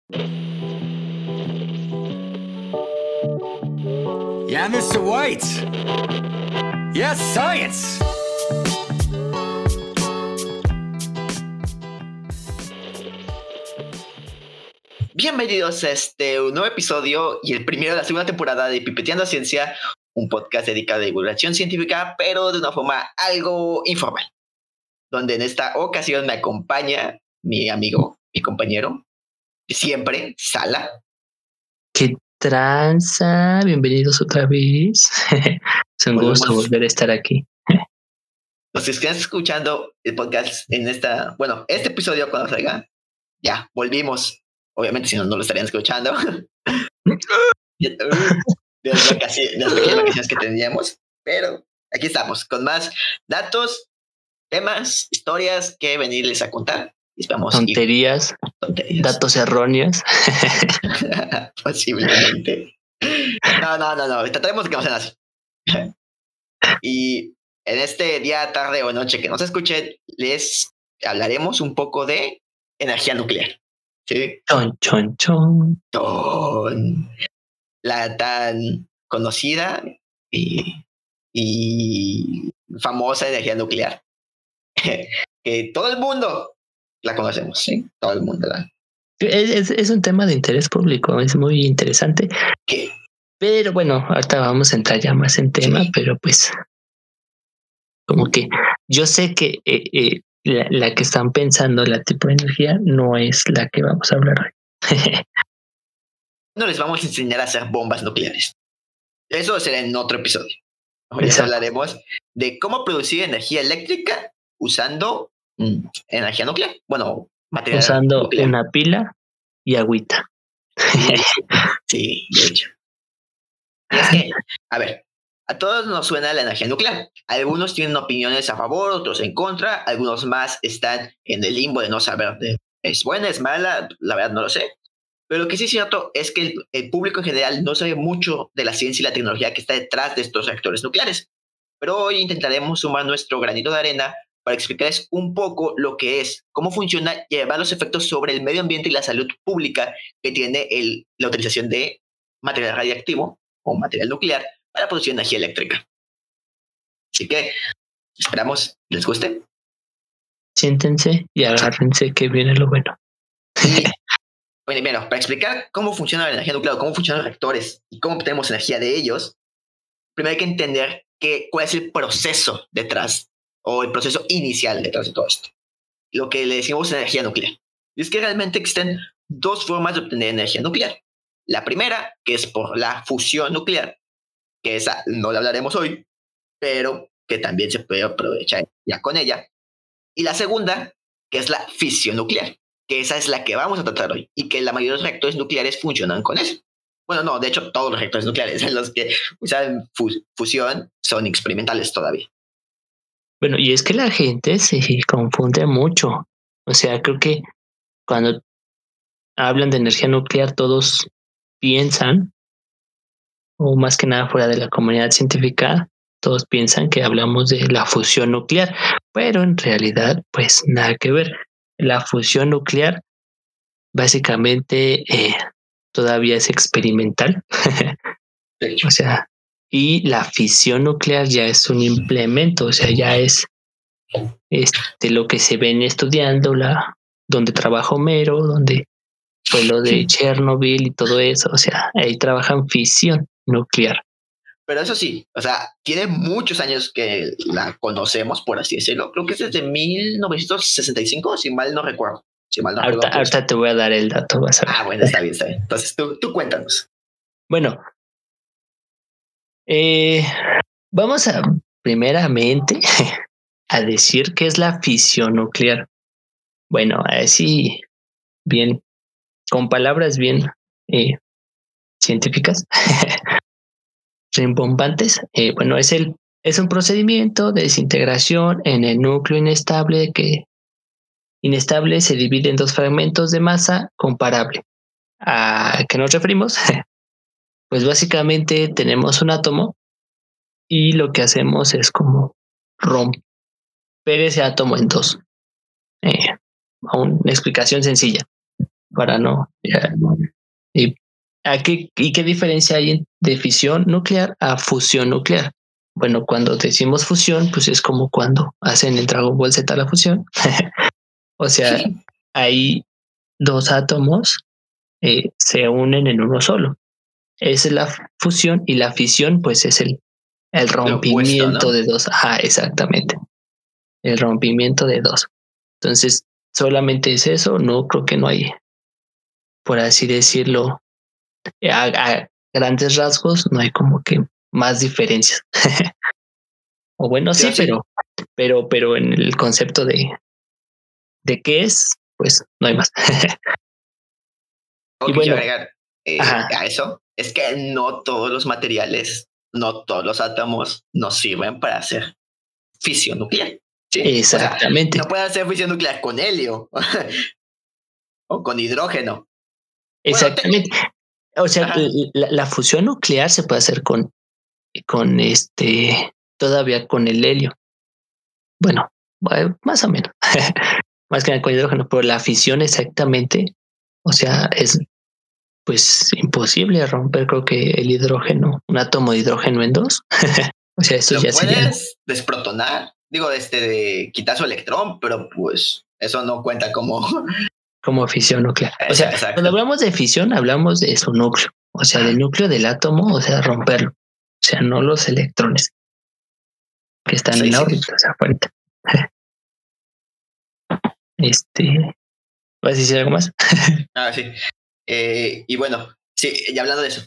Yeah, Mr. White. Yes, science. Bienvenidos a un nuevo episodio y el primero de la segunda temporada de Pipeteando Ciencia, un podcast dedicado a divulgación científica, pero de una forma algo informal, donde en esta ocasión me acompaña mi amigo, mi compañero, siempre, Sala. ¿Qué tranza? Bienvenidos otra vez. Es un gusto volver a estar aquí. Los que están escuchando el podcast en este episodio cuando salga, ya, volvimos. Obviamente, si no, no lo estarían escuchando. de las pequeñas vacaciones que teníamos. Pero aquí estamos, con más datos, temas, historias que venirles a contar. Esperamos tonterías, datos erróneos. Posiblemente. No. Trataremos de que no sean así. Y en este día, tarde o noche que nos escuchen, les hablaremos un poco de energía nuclear. ¿Sí? Chon. La tan conocida y famosa energía nuclear. Que todo el mundo la conocemos, ¿sí? Todo el mundo la. Es un tema de interés público, es muy interesante. ¿Qué? Pero bueno, ahorita vamos a entrar ya más en tema, sí. Pero pues como que yo sé que la que están pensando, la tipo de energía, no es la que vamos a hablar hoy. No les vamos a enseñar a hacer bombas nucleares. Eso será en otro episodio. Hoy les hablaremos de cómo producir energía eléctrica usando energía nuclear. Bueno, material usando nuclear. Una pila y agüita. Sí, de hecho. Y es que, a ver, a todos nos suena la energía nuclear. Algunos tienen opiniones a favor, otros en contra. Algunos más están en el limbo de no saber es buena, es mala. La verdad no lo sé. Pero lo que sí es cierto es que el público en general no sabe mucho de la ciencia y la tecnología que está detrás de estos reactores nucleares. Pero hoy intentaremos sumar nuestro granito de arena para explicarles un poco lo que es, cómo funciona y llevar los efectos sobre el medio ambiente y la salud pública que tiene la utilización de material radiactivo o material nuclear para producir energía eléctrica. Así que esperamos les guste. Siéntense y agárrense que viene lo bueno. Bueno, para explicar cómo funciona la energía nuclear, cómo funcionan los reactores y cómo obtenemos energía de ellos, primero hay que entender cuál es el proceso detrás o el proceso inicial detrás de todo esto. Lo que le decimos energía nuclear. Y es que realmente existen dos formas de obtener energía nuclear. La primera, que es por la fusión nuclear, que esa no la hablaremos hoy, pero que también se puede aprovechar ya con ella. Y la segunda, que es la fisión nuclear, que esa es la que vamos a tratar hoy y que la mayoría de los reactores nucleares funcionan con eso. Bueno, no, de hecho, todos los reactores nucleares en los que usan fusión son experimentales todavía. Bueno, y es que la gente se confunde mucho. O sea, creo que cuando hablan de energía nuclear, todos piensan, o más que nada fuera de la comunidad científica, todos piensan que hablamos de la fusión nuclear, pero en realidad, pues nada que ver. La fusión nuclear básicamente todavía es experimental. O sea, y la fisión nuclear ya es un implemento, o sea, ya es lo que se ven estudiando, donde trabaja Homero, donde fue lo de Chernobyl y todo eso, o sea, ahí trabajan fisión nuclear. Pero eso sí, o sea, tiene muchos años que la conocemos, por así decirlo. Creo que es desde 1965, si mal no recuerdo. Ahorita te voy a dar el dato, vas a ver. Bueno, está bien. Entonces, tú cuéntanos. Bueno, vamos a primeramente a decir qué es la fisión nuclear. Bueno, así bien, con palabras bien científicas, rimbombantes. Bueno, es un procedimiento de desintegración en el núcleo inestable que inestable se divide en dos fragmentos de masa comparable. ¿A qué nos referimos? Pues básicamente tenemos un átomo y lo que hacemos es como romper ese átomo en dos. Una explicación sencilla. para no. Ya. ¿Y qué diferencia hay de fisión nuclear a fusión nuclear? Bueno, cuando decimos fusión, pues es como cuando hacen en Dragon Ball Z la fusión. O sea, hay dos átomos se unen en uno solo. Esa es la fusión, y la fisión, pues es el rompimiento, opuesto, ¿no? de dos. Ajá, exactamente. El rompimiento de dos. Entonces, solamente es eso. No creo que no hay, por así decirlo, a grandes rasgos, no hay como que más diferencias. O bueno, sí, pero en el concepto de qué es, pues no hay más. Algo Y que quiero bueno, agregar a eso es que no todos los materiales, no todos los átomos nos sirven para hacer fisión nuclear. ¿Sí? exactamente. O sea, no puede hacer fisión nuclear con helio o con hidrógeno. Exactamente. O sea, la fusión nuclear se puede hacer con todavía con el helio. Bueno, más o menos. Más que nada con hidrógeno, pero la fisión exactamente, o sea, es pues imposible romper, creo que el hidrógeno, un átomo de hidrógeno en dos. O sea, eso Lo ya sería. puedes desprotonar, digo, de quitar su electrón, pero pues eso no cuenta como como fisión nuclear. O sea, exacto. Cuando hablamos de fisión, hablamos de su núcleo, o sea, del núcleo del átomo, o sea, romperlo. O sea, no los electrones que están en la órbita, o sea, ahorita. ¿Vas a decir algo más? Sí. Y bueno, sí, ya hablando de eso,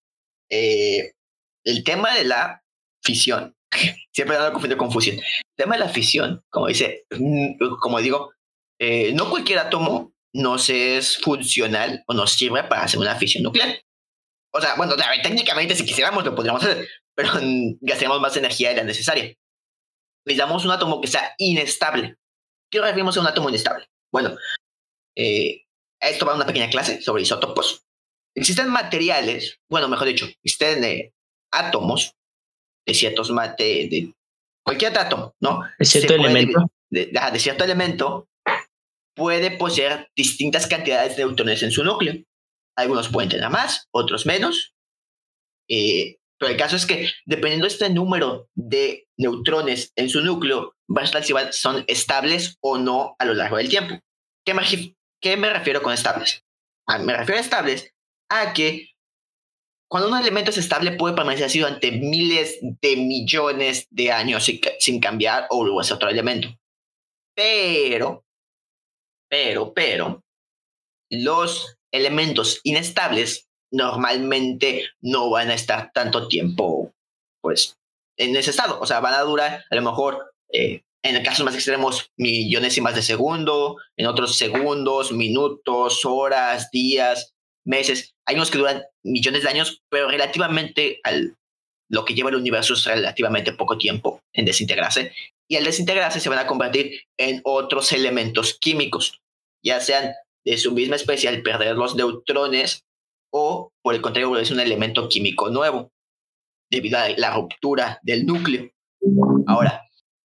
el tema de la fisión, siempre lo confundo con fusión. El tema de la fisión, como digo, no cualquier átomo nos es funcional o nos sirve para hacer una fisión nuclear. O sea, bueno, técnicamente si quisiéramos lo podríamos hacer, pero gastaríamos más energía de la necesaria. Necesitamos un átomo que sea inestable. ¿Qué nos referimos a un átomo inestable? Bueno, esto va a una pequeña clase sobre isótopos. Existen materiales, bueno, mejor dicho, existen átomos de ciertos de cualquier átomo, ¿no? De cierto elemento. De cierto elemento puede poseer distintas cantidades de neutrones en su núcleo. Algunos pueden tener más, otros menos. Pero el caso es que dependiendo de este número de neutrones en su núcleo, va a estar si son estables o no a lo largo del tiempo. ¿Qué me refiero con estables? Me refiero a estables a que cuando un elemento es estable puede permanecer así durante miles de millones de años sin cambiar o luego hacer otro elemento. Pero, los elementos inestables normalmente no van a estar tanto tiempo, pues, en ese estado. O sea, van a durar a lo mejor, en casos más extremos, millonésimas de segundo, en otros segundos, minutos, horas, días, meses. Hay unos que duran millones de años, pero relativamente lo que lleva el universo es relativamente poco tiempo en desintegrarse. Y al desintegrarse se van a convertir en otros elementos químicos, ya sean de su misma especie al perder los neutrones o, por el contrario, es un elemento químico nuevo debido a la ruptura del núcleo. Ahora,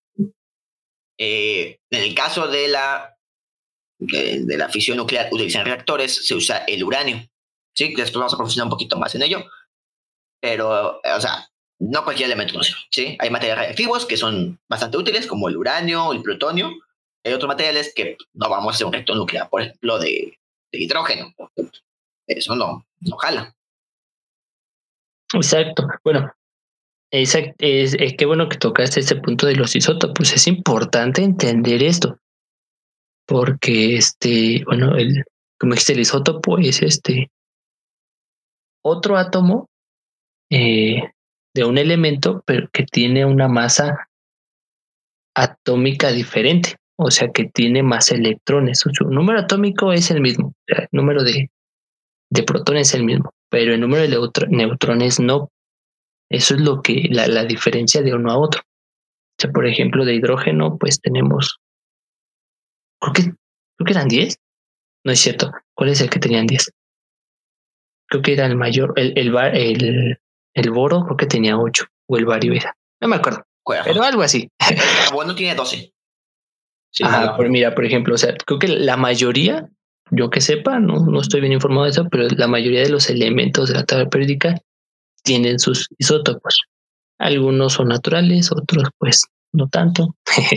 en el caso de la fisión nuclear utilizan reactores, se usa el uranio. ¿Sí? Después vamos a profundizar un poquito más en ello. Pero, o sea, no cualquier elemento no sirve, ¿sí? Hay materiales reactivos que son bastante útiles, como el uranio, el plutonio. Hay otros materiales que no vamos a hacer un reactor nuclear, por ejemplo, de hidrógeno. Eso no jala. Exacto. Bueno, qué bueno que tocaste este punto de los isótopos. Es importante entender esto, porque bueno, como dijiste, el isótopo es otro átomo de un elemento, pero que tiene una masa atómica diferente, o sea que tiene más electrones. Su número atómico es el mismo, el número de protones es el mismo, pero el número de neutrones no. Eso es lo que la diferencia de uno a otro. O sea, por ejemplo, de hidrógeno, pues tenemos, creo que eran 10. No es cierto. ¿Cuál es el que tenían 10? Creo que era el mayor, el boro, creo que tenía 8, o el bario era. No me acuerdo. Pero algo así. Bueno, tiene 12. Sí, mira, por ejemplo, o sea, creo que la mayoría yo que sepa, no estoy bien informado de eso, pero la mayoría de los elementos de la tabla periódica tienen sus isótopos. Algunos son naturales, otros pues no tanto.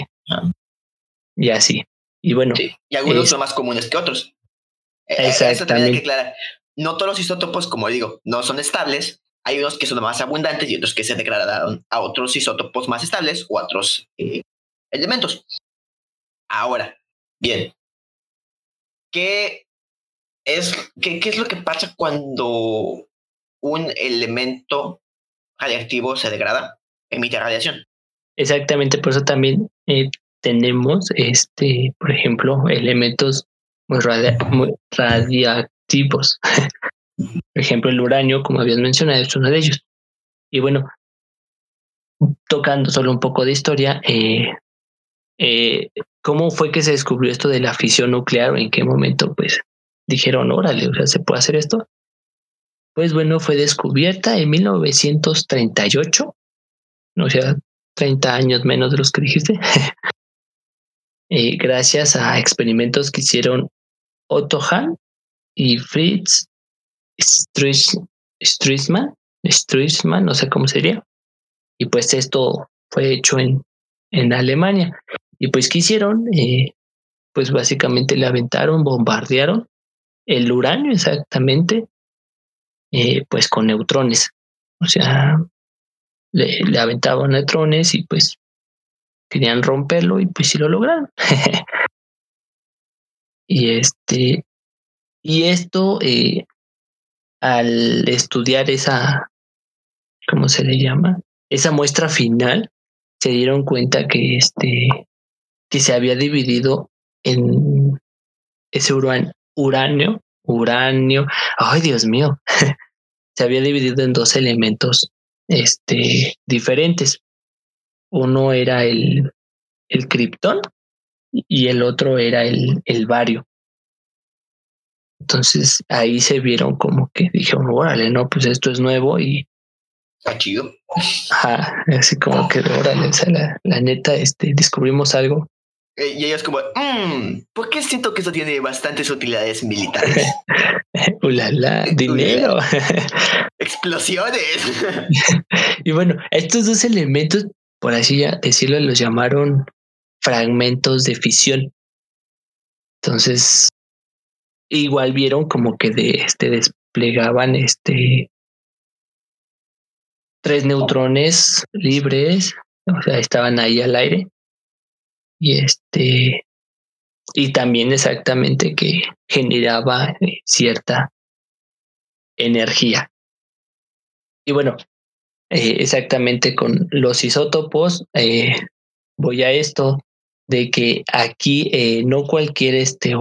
Y así. Y bueno. Sí, y algunos son más comunes que otros. Eso también hay que aclarar. No todos los isótopos, como digo, no son estables. Hay unos que son más abundantes y otros que se degradaron a otros isótopos más estables o a otros elementos. Ahora, bien, ¿qué es lo que pasa cuando un elemento radiactivo se degrada? Emite radiación. Exactamente, por eso también tenemos, por ejemplo, elementos muy radiactivos. Por ejemplo, el uranio, como habías mencionado, es uno de ellos. Y bueno, tocando solo un poco de historia, ¿cómo fue que se descubrió esto de la fisión nuclear? ¿En qué momento, pues, dijeron, órale, o sea, se puede hacer esto? Pues bueno, fue descubierta en 1938, o sea, 30 años menos de los que dijiste, gracias a experimentos que hicieron Otto Hahn y Fritz Stresemann, no sé cómo sería, y pues esto fue hecho en Alemania. Y pues, ¿qué hicieron? Pues básicamente le aventaron, bombardearon el uranio exactamente, pues con neutrones. O sea, le aventaban neutrones y pues querían romperlo y pues sí lo lograron. y esto, al estudiar esa, ¿cómo se le llama? Esa muestra final, se dieron cuenta que que se había dividido en ese uranio, ay Dios mío, se había dividido en dos elementos diferentes. Uno era el criptón y el otro era el bario. Entonces ahí se vieron como que dijeron, órale, no, pues esto es nuevo y está chido. Ajá, así como que órale, o sea, la neta, descubrimos algo. Y ellos como, ¿por qué siento que esto tiene bastantes utilidades militares? Ulala, dinero. Explosiones. Y bueno, estos dos elementos, por así decirlo, los llamaron fragmentos de fisión. Entonces, igual vieron como que desplegaban tres neutrones libres, o sea, estaban ahí al aire. Y y también exactamente que generaba cierta energía. Y bueno, exactamente con los isótopos, voy a esto de que aquí no cualquier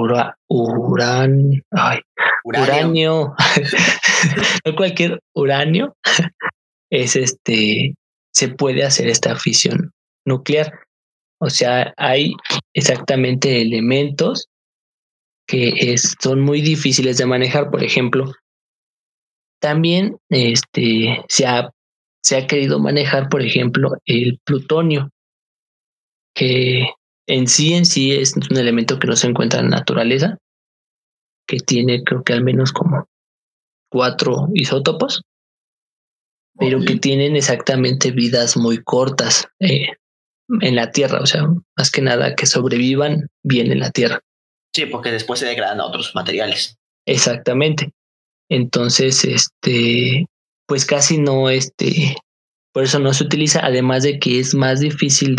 uranio, no cualquier uranio es se puede hacer esta fisión nuclear. O sea, hay exactamente elementos que son muy difíciles de manejar. Por ejemplo, también se ha querido manejar, por ejemplo, el plutonio, que en sí es un elemento que no se encuentra en la naturaleza, que tiene creo que al menos como 4 isótopos, pero que tienen exactamente vidas muy cortas en la Tierra, o sea, más que nada que sobrevivan bien en la Tierra. Sí, porque después se degradan a otros materiales. Exactamente. Entonces, pues casi no, por eso no se utiliza, además de que es más difícil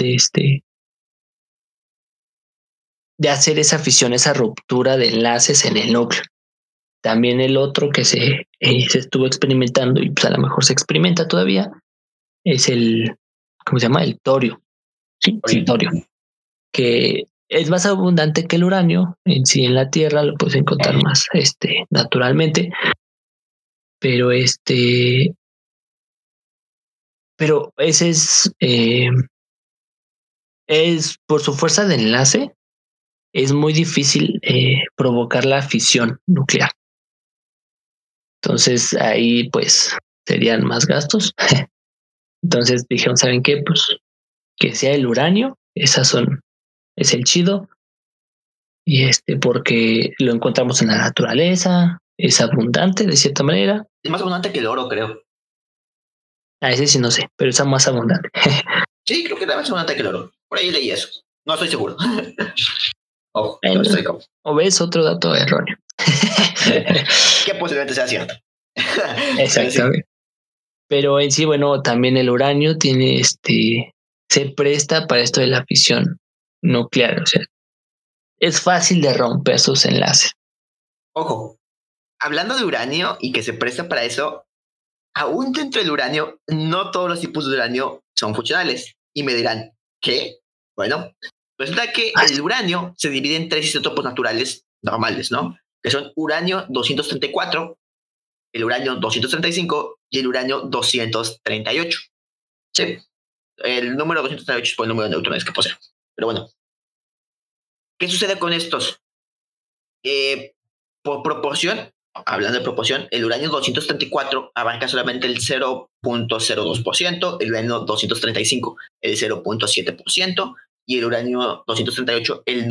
de hacer esa fisión, esa ruptura de enlaces en el núcleo. También el otro que se estuvo experimentando y pues a lo mejor se experimenta todavía es ¿cómo se llama? El torio. Sí, torio. Que es más abundante que el uranio en sí en la Tierra, lo puedes encontrar más naturalmente, pero pero ese es por su fuerza de enlace, es muy difícil provocar la fisión nuclear. Entonces ahí pues serían más gastos. Entonces dijeron, ¿saben qué? Pues que sea el uranio, es el chido. Y porque lo encontramos en la naturaleza, es abundante de cierta manera. Es más abundante que el oro, creo. Ese sí no sé, pero es más abundante. Sí, creo que era más abundante que el oro. Por ahí leí eso. No estoy seguro. Ojo, Bueno, no estoy como. o ves otro dato erróneo. Que posiblemente sea cierto. Exactamente. Pero en sí, bueno, también el uranio tiene se presta para esto de la fisión nuclear. O sea, es fácil de romper sus enlaces. Ojo, hablando de uranio y que se presta para eso, aún dentro del uranio, no todos los tipos de uranio son funcionales. Y me dirán, ¿qué? Bueno, resulta que el uranio se divide en 3 isótopos naturales normales, ¿no? Que son uranio 234, el uranio 235 y el uranio 238. Sí, el número 238 es por el número de neutrones que posee. Pero bueno, ¿qué sucede con estos? Por proporción, hablando de proporción, el uranio 234 abarca solamente el 0.02%, el uranio 235 el 0.7% y el uranio 238 el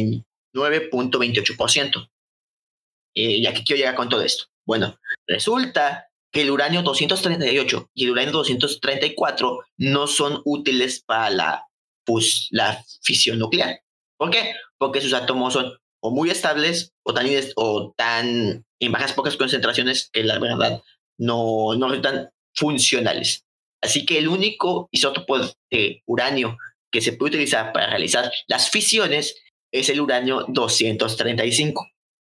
99.28%. ¿Y aquí quiero llegar con todo esto? Bueno, resulta que el uranio 238 y el uranio 234 no son útiles para la fisión nuclear. ¿Por qué? Porque sus átomos son o muy estables o tan en bajas pocas concentraciones que la verdad no resultan funcionales. Así que el único isótopo de uranio que se puede utilizar para realizar las fisiones es el uranio 235.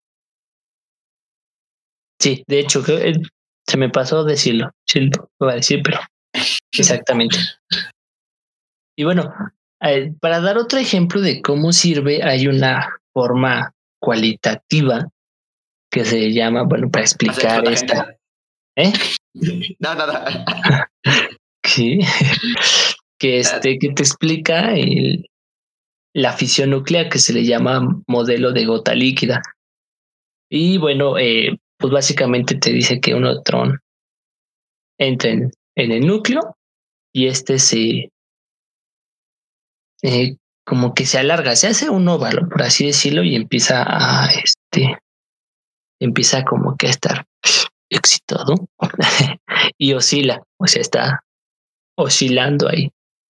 Sí, de hecho, se me pasó decirlo. Sí, lo iba a decir, pero exactamente. Y bueno, para dar otro ejemplo de cómo sirve, hay una forma cualitativa que se llama, bueno, para explicar esta. No. Sí, que te explica la fisión nuclear, que se le llama modelo de gota líquida. Y bueno, pues básicamente te dice que un neutrón entra en el núcleo y como que se alarga, se hace un óvalo, por así decirlo, y empieza como que a estar excitado y oscila, o sea, está oscilando ahí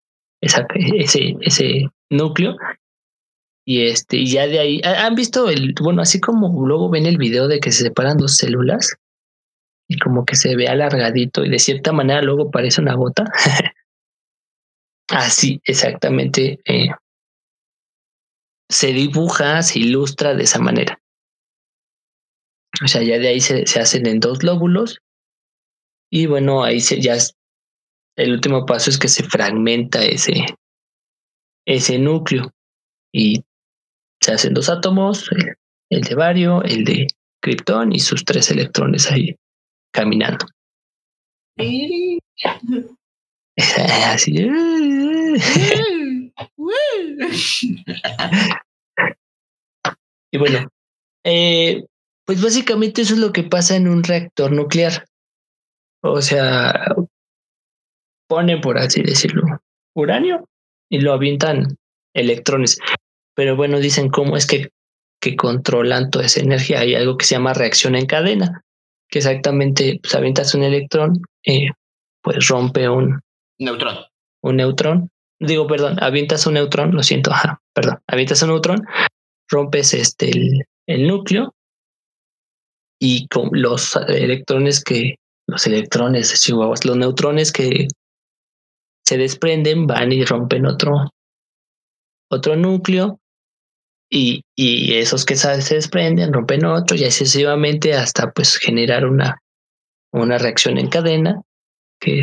ese núcleo. Y ya de ahí, ¿han visto bueno, así como luego ven el video de que se separan dos células y como que se ve alargadito y de cierta manera luego parece una gota? Así, exactamente, se dibuja, se ilustra de esa manera. O sea, ya de ahí se hacen en dos lóbulos y bueno, ahí el último paso es que se fragmenta ese núcleo y se hacen dos átomos, el de bario, el de criptón y sus 3 electrones ahí caminando. Así. Y bueno, pues básicamente eso es lo que pasa en un reactor nuclear. O sea, ponen, por así decirlo, uranio y lo avientan electrones. Pero bueno, dicen cómo es que controlan toda esa energía. Hay algo que se llama reacción en cadena, que exactamente, pues avientas un electrón, pues rompe un neutrón. Digo, perdón, avientas un neutrón, lo siento, avientas un neutrón, rompes el núcleo y con los neutrones que se desprenden van y rompen otro núcleo y esos que se desprenden rompen otro y así sucesivamente hasta pues generar una reacción en cadena que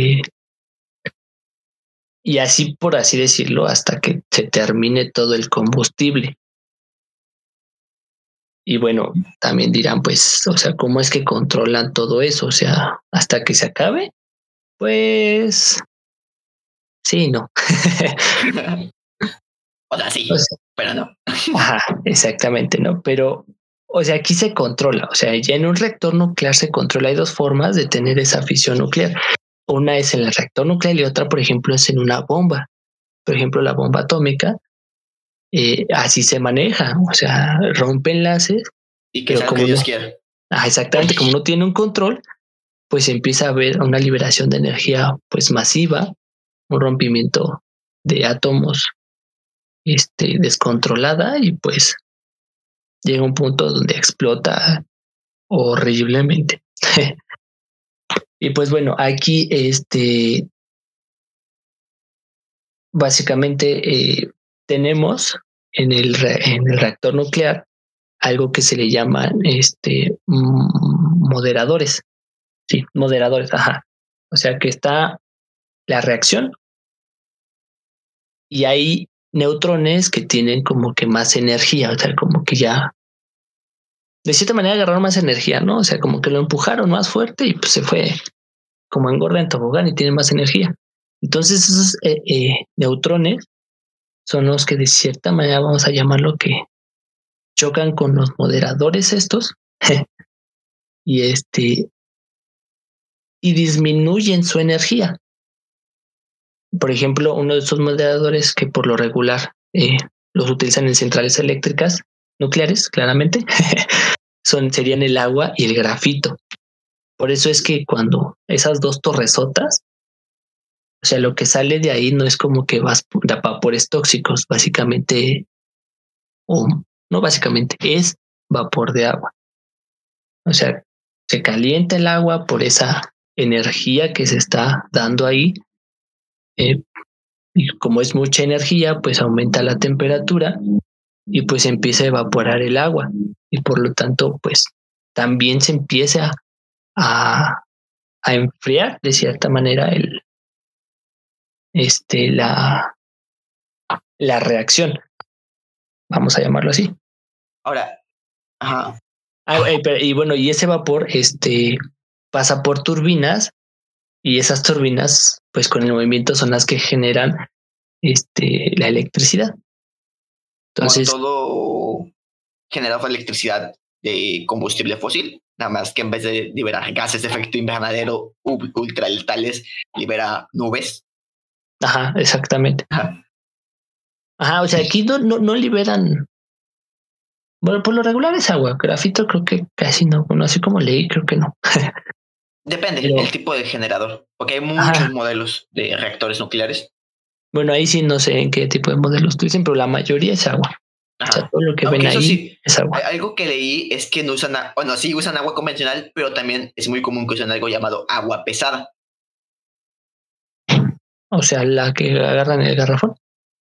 y así por así decirlo hasta que se termine todo el combustible. Y bueno, también dirán, pues, o sea, ¿cómo es que controlan todo eso? O sea, hasta que se acabe, pues sí, no. O sea, sí, pero no. Ajá, exactamente, ¿no? Pero, o sea, aquí se controla, o sea, ya en un reactor nuclear se controla. Hay dos formas de tener esa fisión nuclear. Una es en el reactor nuclear y otra, por ejemplo, es en una bomba. Por ejemplo, la bomba atómica, así se maneja, o sea, rompe enlaces. Y que sea lo que Dios quiera. Exactamente, como no tiene un control, pues empieza a haber una liberación de energía pues masiva, un rompimiento de átomos descontrolada, y pues llega un punto donde explota horriblemente. Y pues bueno, aquí básicamente tenemos en el reactor nuclear algo que se le llaman moderadores. Sí, moderadores, ajá. O sea que está la reacción y hay neutrones que tienen como que más energía, o sea, como que ya de cierta manera agarraron más energía, ¿no? O sea, como que lo empujaron más fuerte y pues se fue como engorda en tobogán y tiene más energía. Entonces esos neutrones son los que de cierta manera vamos a llamarlo que chocan con los moderadores estos y y disminuyen su energía. Por ejemplo, uno de esos moderadores que por lo regular los utilizan en centrales eléctricas nucleares, claramente, serían el agua y el grafito. Por eso es que cuando esas dos torresotas, o sea, lo que sale de ahí no es como que da vapores tóxicos, básicamente, o no básicamente, es vapor de agua. O sea, se calienta el agua por esa energía que se está dando ahí. Y como es mucha energía, pues aumenta la temperatura y pues empieza a evaporar el agua. Y por lo tanto, pues también se empieza a enfriar de cierta manera la reacción. Vamos a llamarlo así. Ahora, ajá. Y bueno, y ese vapor pasa por turbinas y esas turbinas, pues con el movimiento son las que generan la electricidad. Entonces, como todo generado electricidad de combustible fósil, nada más que en vez de liberar gases de efecto invernadero ultraletales, libera nubes. Ajá, exactamente. Ajá, o sea, aquí no liberan. Bueno, por lo regular es agua. Grafito creo que casi no. Bueno, así como leí, creo que no. Depende del tipo de generador, porque hay muchos modelos de reactores nucleares. Bueno, ahí sí no sé en qué tipo de modelos dicen, pero la mayoría es agua. Ajá. O sea, todo lo que ven ahí sí, es agua. Algo que leí es que no usan, sí usan agua convencional, pero también es muy común que usen algo llamado agua pesada. O sea, la que agarran el garrafón.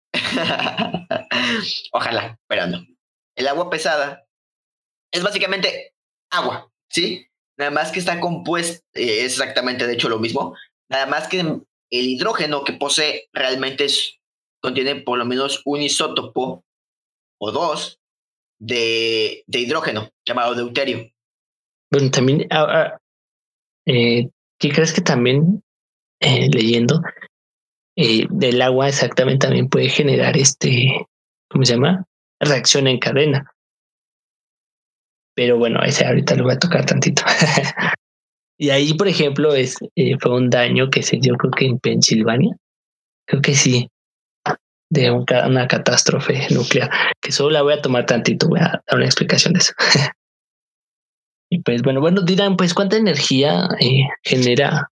Ojalá, pero no. El agua pesada es básicamente agua, ¿sí? Nada más que está compuesta, es exactamente de hecho lo mismo, nada más que el hidrógeno que posee realmente contiene por lo menos un isótopo o dos de hidrógeno, llamado deuterio. Bueno, también, ¿qué crees que también leyendo del agua exactamente también puede generar ¿cómo se llama? Reacción en cadena. Pero bueno, ese ahorita lo voy a tocar tantito. Y ahí, por ejemplo, fue un daño que se dio, creo que en Pensilvania. Creo que sí, de una catástrofe nuclear, que solo la voy a tomar tantito, voy a dar una explicación de eso. Y pues bueno, dirán, pues ¿cuánta energía genera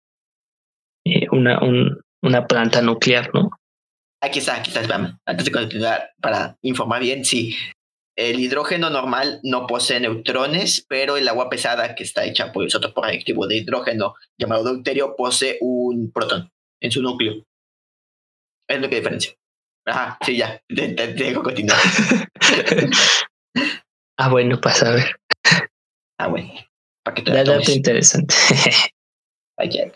una planta nuclear, no? Aquí está, espérame. Antes de continuar, para informar bien, sí. El hidrógeno normal no posee neutrones, pero el agua pesada, que está hecha por isótopo reactivo de hidrógeno, llamado deuterio, posee un protón en su núcleo. Es lo que diferencia. Ajá, sí, ya. Te dejo continuar. Bueno, pasa a ver. Bueno. Para que te da dato interesante. Aquí.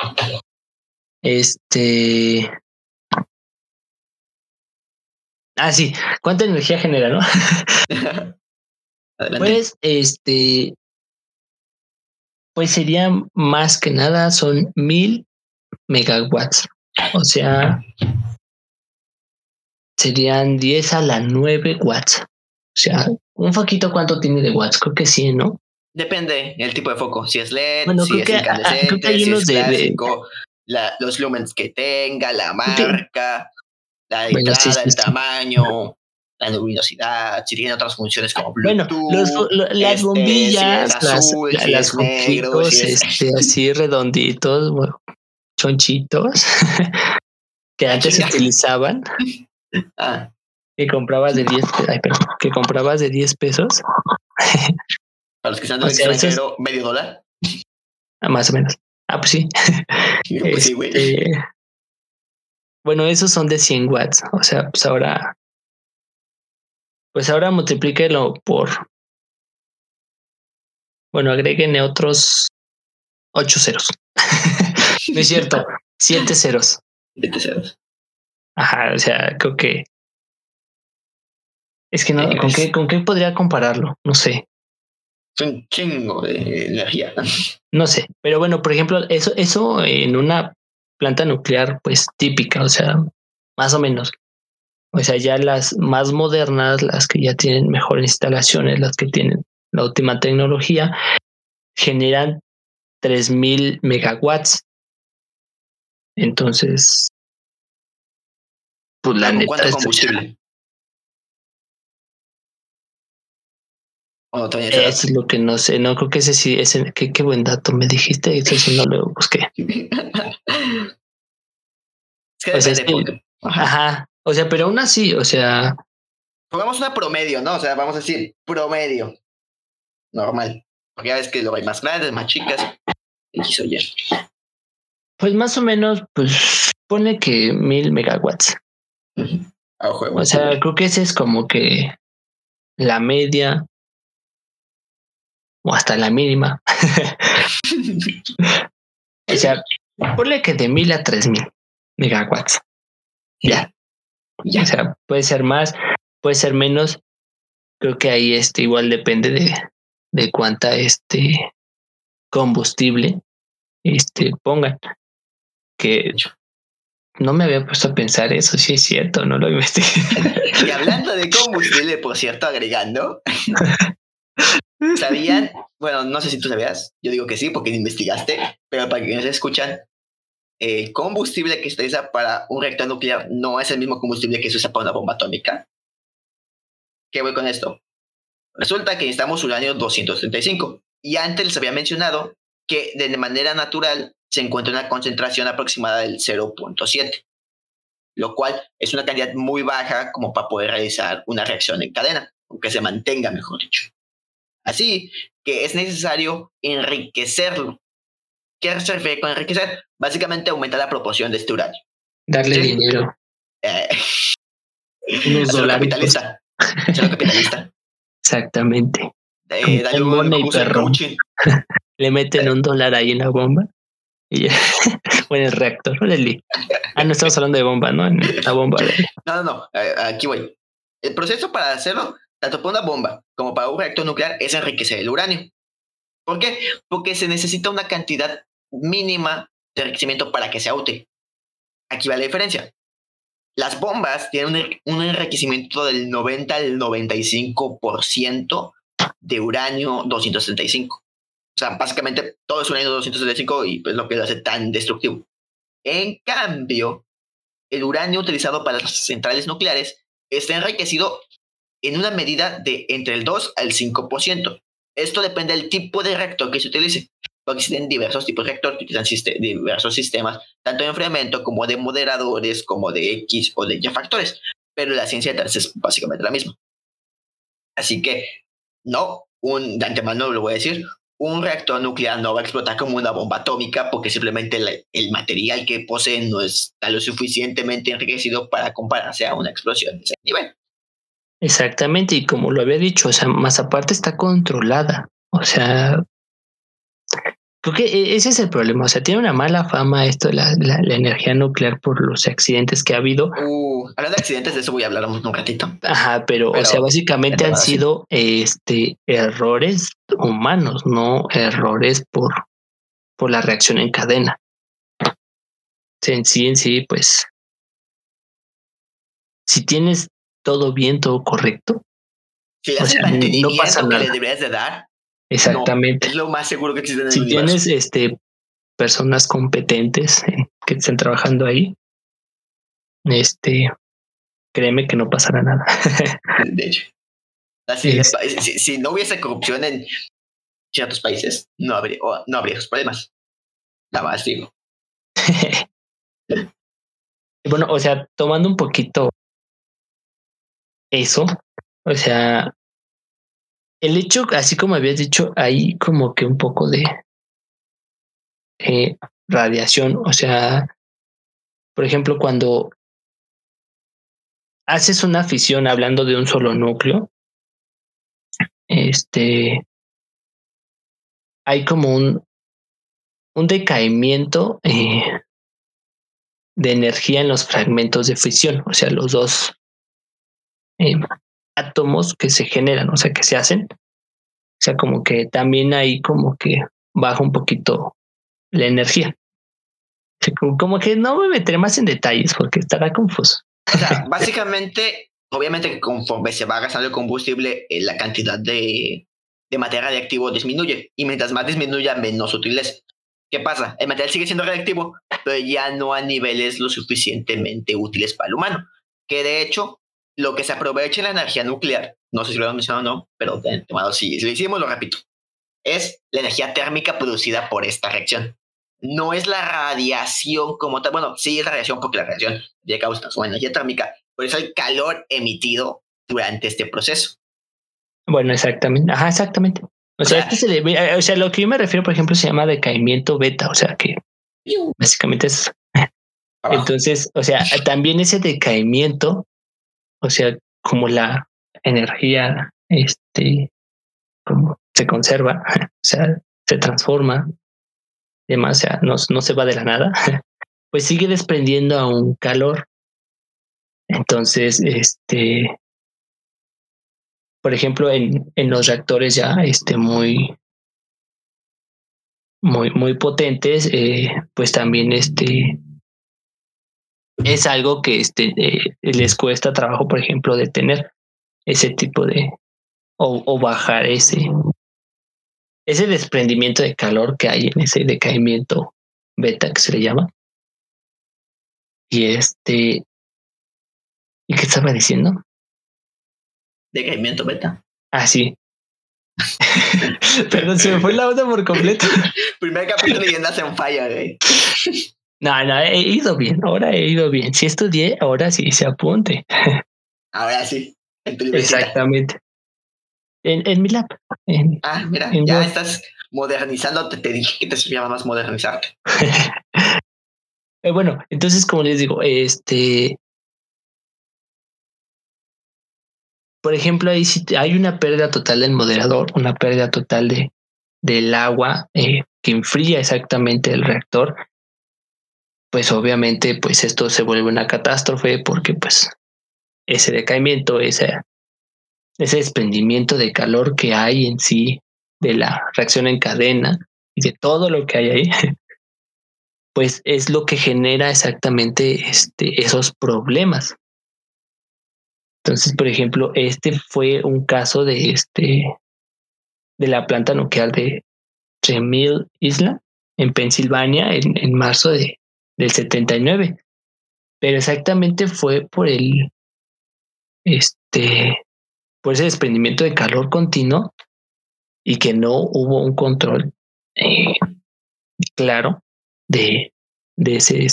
Sí. ¿Cuánta energía genera, no? Pues, pues sería más que nada, son 1000 megawatts. O sea, serían 10 a la 9 watts. O sea, un foquito, ¿cuánto tiene de watts? Creo que 100, ¿no? Depende el tipo de foco. Si es LED, bueno, si es incandescente, si es clásico, los lumens que tenga, la marca, la entrada, el tamaño. la luminosidad, si tiene otras funciones como Bueno, Bluetooth, las bombillas, si es azul, si las es negro, foquitos, si es así redonditos, bueno, chonchitos, que antes se chinga. utilizaban, Ah, que comprabas de 10, que comprabas de 10 pesos. para los que están O del sea, esos, extranjero, $10. más o menos. Ah, pues sí. Pues sí, güey. Bueno, esos son de 100 watts. O sea, pues ahora multiplíquelo por, bueno, agréguenle otros 8 ceros. No es cierto, 7 ceros. Ajá, o sea, creo que es que no, ¿con qué podría compararlo? No sé. Es un chingo de energía. No sé, pero bueno, por ejemplo, eso en una planta nuclear, pues típica, o sea, más o menos. O sea, ya las más modernas, las que ya tienen mejores instalaciones, las que tienen la última tecnología, generan 3000 megawatts. Entonces, pues la ¿Con neta cuánto está combustible? ¿O todavía ese eso es lo que no sé. No creo que ese sí, qué buen dato me dijiste. Eso sí no lo busqué. Es que O sea, depende, porque. ajá. O sea, pero aún así, o sea, Pongamos una promedio, ¿no? O sea, vamos a decir promedio. Normal. Porque ya ves que lo hay más grandes, más chicas. X o Y. pues más o menos, pues pone que 1000 megawatts. A juego. O sea, creo que ese es como que la media o hasta la mínima. O sea, ponle que de 1000 a 3000 megawatts. Ya. O sea, puede ser más, puede ser menos. Creo que ahí igual depende de cuánta combustible pongan. Que no me había puesto a pensar eso, si es cierto, no lo investigué. Y hablando de combustible, por cierto, agregando, ¿sabían? Bueno, no sé si tú sabías, yo digo que sí, porque investigaste, pero para quienes escuchan, el combustible que se utiliza para un reactor nuclear no es el mismo combustible que se usa para una bomba atómica. ¿Qué voy con esto? Resulta que necesitamos uranio 235. Y antes les había mencionado que de manera natural se encuentra una concentración aproximada del 0.7, lo cual es una cantidad muy baja como para poder realizar una reacción en cadena, aunque se mantenga, mejor dicho. Así que es necesario enriquecerlo. ¿Qué se refiere con enriquecer? Básicamente aumenta la proporción de este uranio. Darle dinero. Unos dólares. Hacerlo capitalista. Exactamente. Dale un curso de coaching. Le meten $1 ahí en la bomba. Y o en el reactor. No estamos hablando de bomba, ¿no? En la bomba. No. Aquí voy. El proceso para hacerlo, tanto para una bomba como para un reactor nuclear, es enriquecer el uranio. ¿Por qué? Porque se necesita una cantidad mínima de enriquecimiento para que sea útil. Aquí va la diferencia. Las bombas tienen un enriquecimiento del 90 al 95% de uranio 235. O sea, básicamente todo es uranio 235 y pues lo que lo hace tan destructivo. En cambio, el uranio utilizado para las centrales nucleares está enriquecido en una medida de entre el 2 al 5%. Esto depende del tipo de reactor que se utilice, porque existen diversos tipos de reactor que utilizan diversos sistemas, tanto de enfriamiento como de moderadores, como de X o de Y factores, pero la ciencia detrás es básicamente la misma. Así que, no, de antemano lo voy a decir, un reactor nuclear no va a explotar como una bomba atómica porque simplemente el material que posee no está lo suficientemente enriquecido para compararse a una explosión de ese nivel. Exactamente, y como lo había dicho, o sea, más aparte está controlada. O sea, creo que ese es el problema. O sea, tiene una mala fama esto de la energía nuclear por los accidentes que ha habido. Hablando de accidentes, de eso voy a hablar un ratito. Ajá, pero o sea, básicamente han sido errores humanos, no errores por la reacción en cadena. En sí, pues, si tienes todo bien, todo correcto, si das el mantenimiento no pasa que nada. le deberías de dar, exactamente. No, es lo más seguro que existe en el si universo. Tienes personas competentes que estén trabajando ahí, créeme que no pasará nada. De hecho, así, si no hubiese corrupción en ciertos países, no habría esos problemas. Nada más digo. Bueno, o sea, tomando un poquito eso, o sea, el hecho, así como habías dicho, hay como que un poco de radiación, o sea, por ejemplo, cuando haces una fisión hablando de un solo núcleo, hay como un decaimiento de energía en los fragmentos de fisión, o sea, los dos átomos que se generan, o sea, que se hacen, o sea, como que también hay como que baja un poquito la energía. O sea, como que no me meteré más en detalles porque estará confuso. O sea, básicamente, obviamente que conforme se va gastando el combustible, la cantidad de material radiactivo disminuye. Y mientras más disminuya, menos útil es. ¿Qué pasa? El material sigue siendo radiactivo, pero ya no a niveles lo suficientemente útiles para el humano. Que de hecho, lo que se aprovecha en la energía nuclear, no sé si lo hemos mencionado o no, pero bueno, si lo hicimos, lo repito, es la energía térmica producida por esta reacción. No es la radiación como tal. Bueno, sí es radiación porque la radiación ya causa su energía térmica, pero es el calor emitido durante este proceso. Bueno, exactamente. Ajá, exactamente. O sea, o sea, lo que yo me refiero, por ejemplo, se llama decaimiento beta, o sea, que básicamente es. Entonces, o sea, también ese decaimiento, o sea, como la energía, como se conserva, o sea, se transforma, demás, o sea, no se va de la nada, pues sigue desprendiendo a un calor. Entonces, por ejemplo, en los reactores ya muy potentes, pues también es algo que les cuesta trabajo, por ejemplo, detener ese tipo de o bajar ese desprendimiento de calor que hay en ese decaimiento beta que se le llama. Y ¿y qué estaba diciendo? Decaimiento beta. Ah, sí. Perdón, se me fue la onda por completo. Primer capítulo de Leyendas en Falla, güey. No, he ido bien, ahora he ido bien. Si estudié, ahora sí se apunte. Ahora sí, en tu libretita. Exactamente. En mi lab. Mira, ya Word. Estás modernizándote, te dije que te servía más modernizarte. Bueno, entonces, como les digo, por ejemplo, ahí sí hay una pérdida total del moderador, una pérdida total del agua que enfría exactamente el reactor. Pues obviamente, pues esto se vuelve una catástrofe porque pues ese decaimiento, ese desprendimiento de calor que hay en sí de la reacción en cadena y de todo lo que hay ahí, pues es lo que genera exactamente esos problemas. Entonces, por ejemplo, fue un caso de la planta nuclear de Tremill Island en Pensilvania en marzo del 79. Pero exactamente fue por por ese desprendimiento de calor continuo y que no hubo un control claro de ese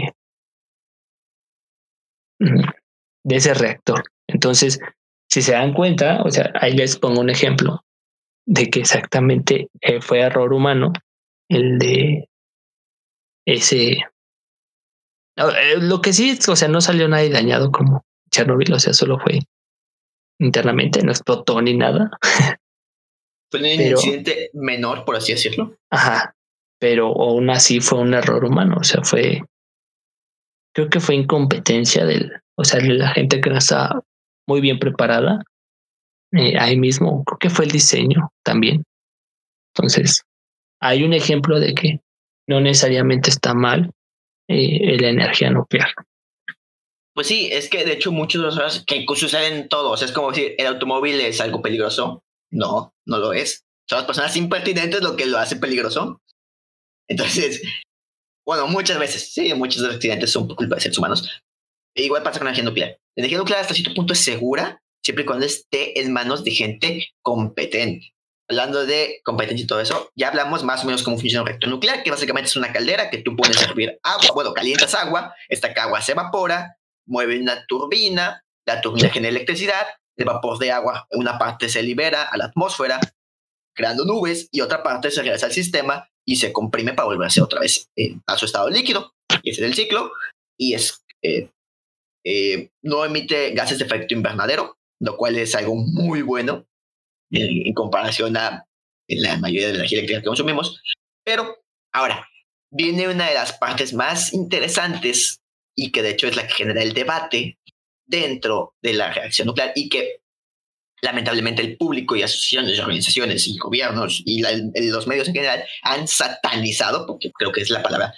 de ese reactor. Entonces, si se dan cuenta, o sea, ahí les pongo un ejemplo de que exactamente fue error humano el de ese. Lo que sí, o sea, no salió nadie dañado como Chernobyl, o sea, solo fue internamente, no explotó ni nada. Fue un incidente menor, por así decirlo. Ajá, pero aún así fue un error humano, o sea, creo que fue incompetencia de la gente que no estaba muy bien preparada. Ahí mismo, creo que fue el diseño también. Entonces, hay un ejemplo de que no necesariamente está mal la energía nuclear. Pues sí, es que de hecho muchas de las cosas que suceden en todo, o sea, es como decir, el automóvil es algo peligroso. No, no lo es. Son las personas impertinentes lo que lo hace peligroso. Entonces, bueno, muchas veces, sí, muchos de los accidentes son por culpa de seres humanos. E igual pasa con la energía nuclear. La energía nuclear hasta cierto punto es segura, siempre y cuando esté en manos de gente competente. Hablando de competencia y todo eso, ya hablamos más o menos cómo funciona un reactor nuclear, que básicamente es una caldera que tú pones a hervir agua. Bueno, calientas agua, esta agua se evapora, mueve una turbina, la turbina genera electricidad, el vapor de agua, una parte se libera a la atmósfera, creando nubes, y otra parte se regresa al sistema y se comprime para volverse otra vez a su estado líquido. Y ese es el ciclo, y no emite gases de efecto invernadero, lo cual es algo muy bueno en comparación a la mayoría de la energía eléctrica que consumimos. Pero ahora viene una de las partes más interesantes y que de hecho es la que genera el debate dentro de la reacción nuclear, y que lamentablemente el público y asociaciones y organizaciones y gobiernos y los medios en general han satanizado, porque creo que es la palabra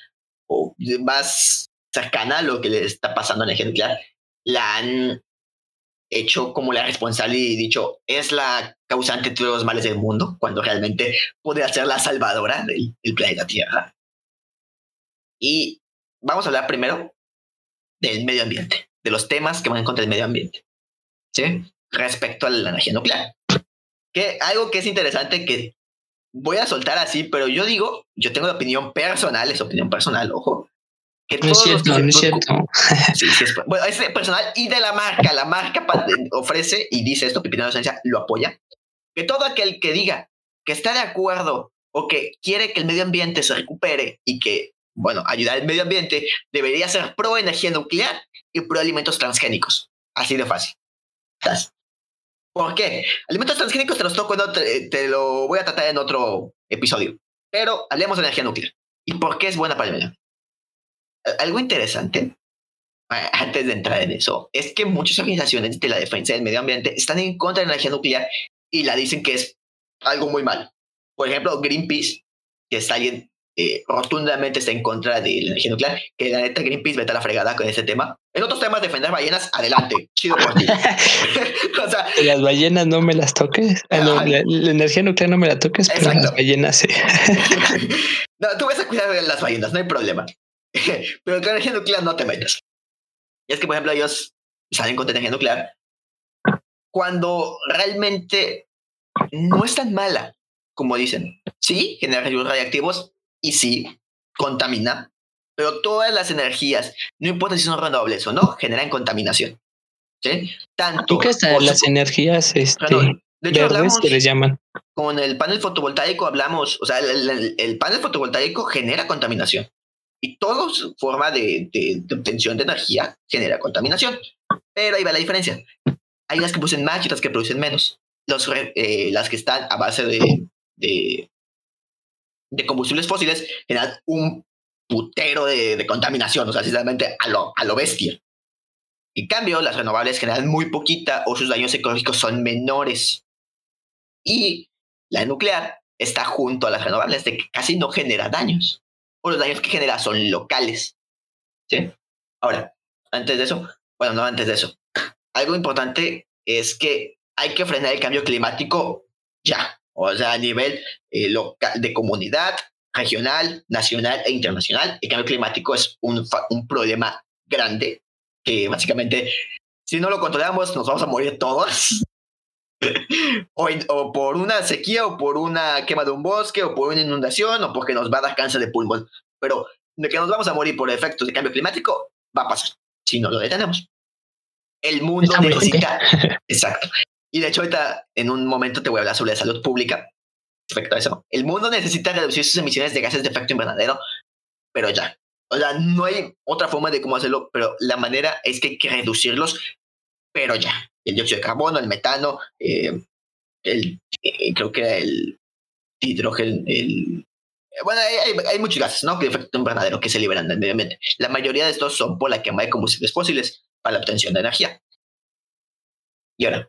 más cercana a lo que le está pasando a la energía nuclear, la han hecho como la responsable y dicho es la causante de todos los males del mundo, cuando realmente podría ser la salvadora del planeta Tierra. Y vamos a hablar primero del medio ambiente, de los temas que van en contra del medio ambiente, ¿sí? Respecto a la energía nuclear. Que algo que es interesante, que voy a soltar así, pero yo tengo la opinión personal, es opinión personal, ojo, que no todos es cierto, no es cierto. Sí, bueno, es personal y de la marca ofrece y dice esto, Pipino de Inocencia lo apoya, que todo aquel que diga que está de acuerdo o que quiere que el medio ambiente se recupere y que, bueno, ayudar al medio ambiente, debería ser pro energía nuclear y pro alimentos transgénicos. Así de fácil. ¿Por qué? Alimentos transgénicos te los toco, te lo voy a tratar en otro episodio, pero hablemos de energía nuclear y por qué es buena para el medio ambiente. Algo interesante, antes de entrar en eso, es que muchas organizaciones de la defensa del medio ambiente están en contra de la energía nuclear y la dicen que es algo muy malo. Por ejemplo, Greenpeace, que está alguien rotundamente está en contra de la energía nuclear, que la neta Greenpeace vete a la fregada con ese tema. En otros temas, defender ballenas, adelante, chido por ti. O sea, las ballenas no me las toques. No, la energía nuclear no me la toques, exacto. Pero las ballenas sí. No, tú vas a cuidar de las ballenas, no hay problema. Pero con la energía nuclear no te metas. Y es que, por ejemplo, ellos salen con energía nuclear cuando realmente no es tan mala como dicen. Sí, genera residuos radiactivos y sí, contamina, pero todas las energías, no importa si son renovables o no, generan contaminación. ¿Sí? Tanto que hasta las energías de hecho, verdes que les llaman. Con el panel fotovoltaico hablamos, o sea, el panel fotovoltaico genera contaminación. Y toda forma de obtención de energía genera contaminación. Pero ahí va la diferencia. Hay unas que producen más y otras que producen menos. Las que están a base de combustibles fósiles generan un putero de contaminación, o sea, sinceramente a lo bestia. En cambio, las renovables generan muy poquita o sus daños ecológicos son menores. Y la nuclear está junto a las renovables de que casi no genera daños. O los daños que genera son locales. ¿Sí? Ahora, antes de eso, algo importante es que hay que frenar el cambio climático ya. O sea, a nivel local, de comunidad, regional, nacional e internacional. El cambio climático es un problema grande que básicamente, si no lo controlamos, nos vamos a morir todos. o por una sequía, o por una quema de un bosque, o por una inundación, o porque nos va a dar cáncer de pulmón. Pero de que nos vamos a morir por efectos de cambio climático, va a pasar, si no lo detenemos. El mundo necesita... Exacto. Y de hecho, ahorita, en un momento te voy a hablar sobre la salud pública respecto a eso. El mundo necesita reducir sus emisiones de gases de efecto invernadero, pero ya. O sea, no hay otra forma de cómo hacerlo, pero la manera es que hay que reducirlos, pero ya. El dióxido de carbono, el metano, creo que el hidrógeno, bueno, hay muchos gases, ¿no? De efecto invernadero que se liberan del medio ambiente. La mayoría de estos son por la quema de combustibles fósiles para la obtención de energía. Y ahora,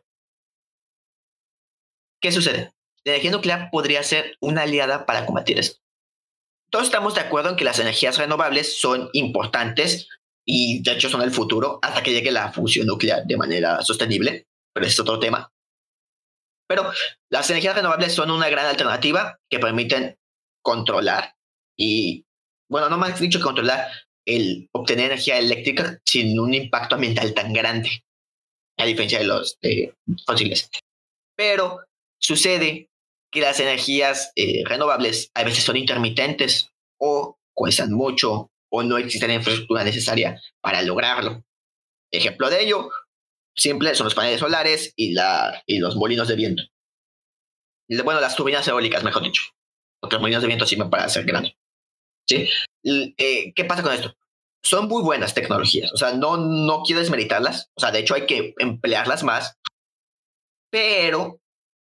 ¿qué sucede? La energía nuclear podría ser una aliada para combatir esto. Todos estamos de acuerdo en que las energías renovables son importantes y de hecho son el futuro hasta que llegue la fusión nuclear de manera sostenible, pero ese es otro tema. Pero las energías renovables son una gran alternativa que permiten controlar y, bueno, no más dicho controlar, el obtener energía eléctrica sin un impacto ambiental tan grande, a diferencia de los fósiles. Pero sucede que las energías renovables a veces son intermitentes o cuestan mucho o no existe la infraestructura necesaria para lograrlo. Ejemplo de ello simple son los paneles solares y los molinos de viento. Bueno, las turbinas eólicas, mejor dicho. Porque los molinos de viento sirven para hacer grano. ¿Sí? ¿Qué pasa con esto? Son muy buenas tecnologías. O sea, no quiero desmeritarlas. O sea, de hecho hay que emplearlas más. Pero,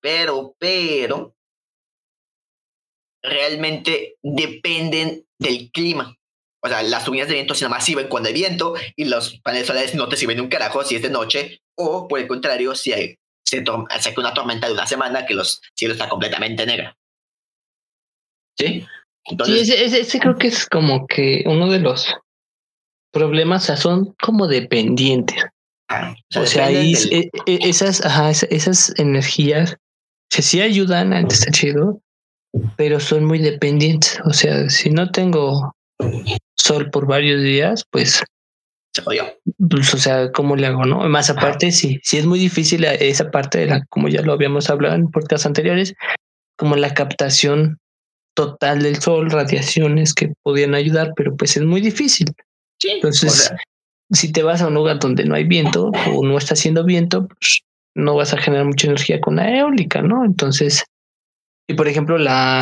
realmente dependen del clima. O sea, las turbinas de viento nada más sirven cuando hay viento y los paneles solares no te sirven un carajo si es de noche o, por el contrario, si se saca una tormenta de una semana que los cielos están completamente negros. ¿Sí? Entonces, sí, ese creo que es como que uno de los problemas, o sea, son como dependientes. O sea ahí esas energías sí ayudan, está chido, pero son muy dependientes. O sea, si no tengo sol por varios días, pues se jodió. Pues, o sea, ¿cómo le hago, no? Más aparte, sí es muy difícil esa parte de como ya lo habíamos hablado en podcasts anteriores, como la captación total del sol, radiaciones que podían ayudar, pero pues es muy difícil. Sí, entonces, si te vas a un lugar donde no hay viento o no está haciendo viento, pues no vas a generar mucha energía con la eólica, ¿no? Entonces, y por ejemplo,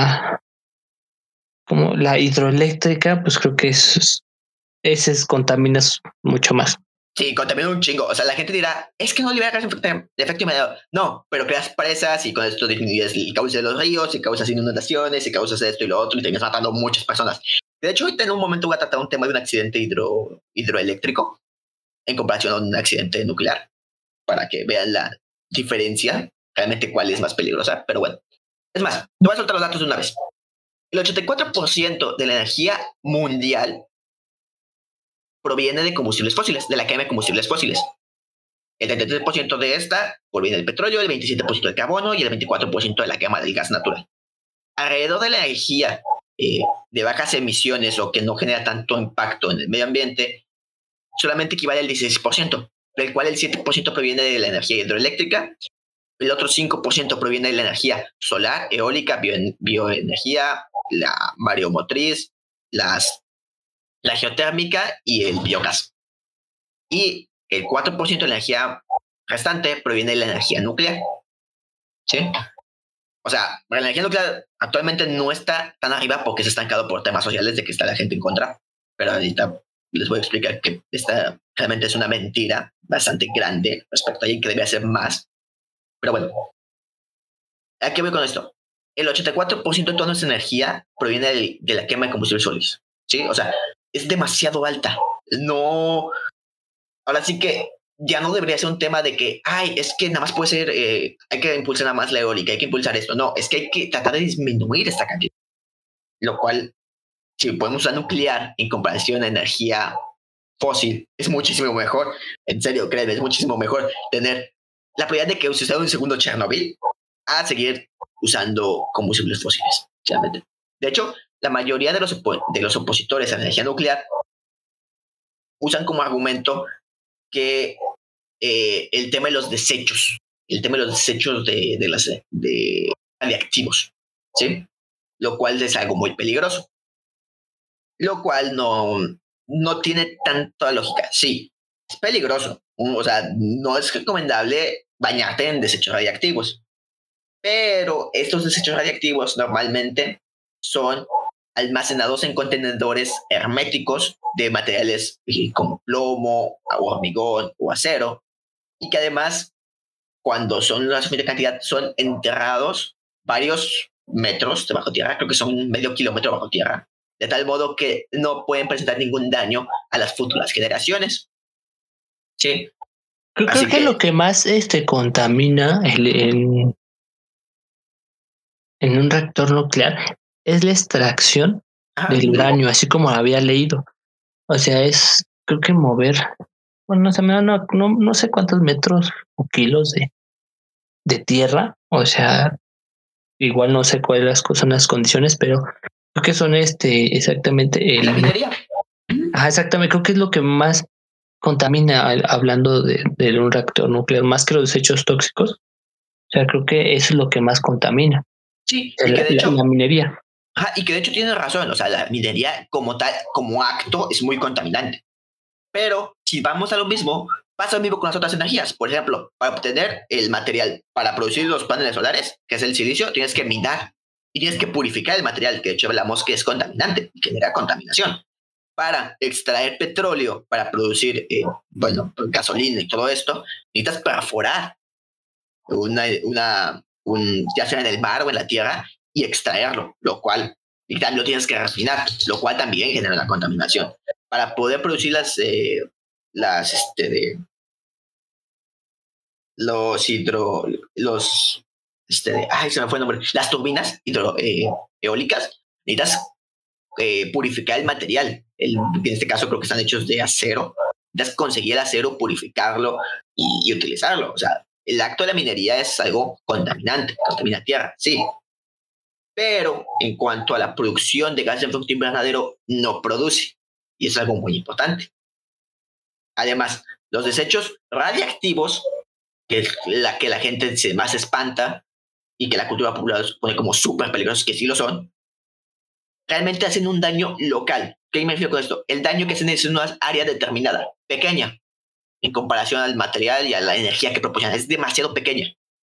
como la hidroeléctrica, pues creo que ese contaminas mucho más. Sí, contamina un chingo. O sea, la gente dirá, es que no libera gas de efecto invernadero. No, pero creas presas y con esto disminuyes el cauce de los ríos y causas inundaciones y causas esto y lo otro y terminas matando muchas personas. De hecho, ahorita en un momento voy a tratar un tema de un accidente hidroeléctrico en comparación a un accidente nuclear para que vean la diferencia, realmente cuál es más peligrosa. Pero bueno, es más, te voy a soltar los datos de una vez. El 84% de la energía mundial proviene de combustibles fósiles, de la quema de combustibles fósiles. El 33% de esta proviene del petróleo, el 27% del carbono y el 24% de la quema del gas natural. Alrededor de la energía de bajas emisiones o que no genera tanto impacto en el medio ambiente, solamente equivale al 16%, del cual el 7% proviene de la energía hidroeléctrica, el otro 5% proviene de la energía solar, eólica, bioenergía, la mareomotriz, la geotérmica y el biogás. Y el 4% de la energía restante proviene de la energía nuclear. ¿Sí? O sea, la energía nuclear actualmente no está tan arriba porque se ha estancado por temas sociales de que está la gente en contra. Pero ahorita les voy a explicar que esta realmente es una mentira bastante grande respecto a ella que debe hacer más. Pero bueno, ¿a qué voy con esto? El 84% de toda nuestra energía proviene de la quema de combustibles sólidos. ¿Sí? O sea, es demasiado alta. No. Ahora sí que ya no debería ser un tema de que, es que nada más puede ser, hay que impulsar nada más la eólica, hay que impulsar esto. No, es que hay que tratar de disminuir esta cantidad. Lo cual, si podemos usar nuclear en comparación a energía fósil, es muchísimo mejor. En serio, créeme, es muchísimo mejor tener la probabilidad de que se usara un segundo Chernobyl a seguir usando combustibles fósiles. Realmente. De hecho, la mayoría de los opositores a la energía nuclear usan como argumento que el tema de los desechos, de radiactivos, ¿sí? Lo cual es algo muy peligroso. Lo cual no tiene tanta lógica. Sí, es peligroso. O sea, no es recomendable bañarte en desechos radiactivos. Pero estos desechos radiactivos normalmente son almacenados en contenedores herméticos de materiales como plomo, hormigón o acero, y que además, cuando son una suficiente cantidad, son enterrados varios metros debajo tierra, creo que son medio kilómetro bajo tierra, de tal modo que no pueden presentar ningún daño a las futuras generaciones. Sí. Creo que lo que más contamina en un reactor nuclear es la extracción del uranio, así como había leído. O sea, creo que mover, bueno, no sé cuántos metros o kilos de tierra. O sea, igual no sé cuáles son las condiciones, pero creo que son exactamente la minería. exactamente, creo que es lo que más contamina hablando de un reactor nuclear, más que los desechos tóxicos. O sea, creo que eso es lo que más contamina. Sí, y que de hecho... la minería. Y que de hecho tienes razón, o sea, la minería como tal, como acto, es muy contaminante. Pero si vamos a lo mismo, pasa lo mismo con las otras energías. Por ejemplo, para obtener el material para producir los paneles solares, que es el silicio, tienes que minar y tienes que purificar el material, que de hecho hablamos que es contaminante y genera contaminación. Para extraer petróleo, para producir, gasolina y todo esto, necesitas perforar ya sea en el mar o en la tierra, y extraerlo, lo cual y también lo tienes que refinar, lo cual también genera una contaminación. Para poder producir se me fue el nombre, las turbinas eólicas, necesitas purificar el material. En este caso creo que están hechos de acero. Necesitas conseguir el acero, purificarlo y utilizarlo. O sea, el acto de la minería es algo contaminante, contamina tierra, sí. Pero en cuanto a la producción de gases de efecto invernadero, no produce. Y es algo muy importante. Además, los desechos radiactivos, que es la que la gente más espanta y que la cultura popular pone como súper peligrosos, que sí lo son, realmente hacen un daño local. ¿Qué me refiero con esto? El daño que hacen es en una área determinada, pequeña, en comparación al material y a la energía que proporciona. Es demasiado pequeña.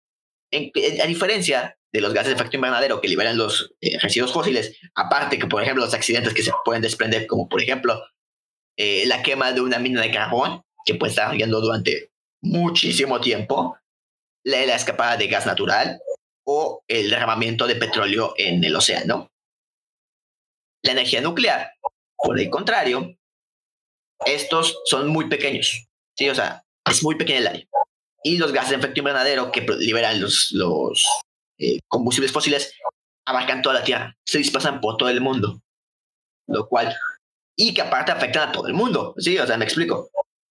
A diferencia de los gases de efecto invernadero que liberan los residuos fósiles, aparte que, por ejemplo, los accidentes que se pueden desprender, como por ejemplo la quema de una mina de carbón, que puede estar ardiendo durante muchísimo tiempo, la escapada de gas natural o el derramamiento de petróleo en el océano. La energía nuclear, por el contrario, estos son muy pequeños, ¿sí? O sea, es muy pequeño el área. Y los gases de efecto invernadero que liberan los combustibles fósiles abarcan toda la Tierra, se dispersan por todo el mundo, lo cual, y que aparte afectan a todo el mundo, ¿sí? O sea, me explico.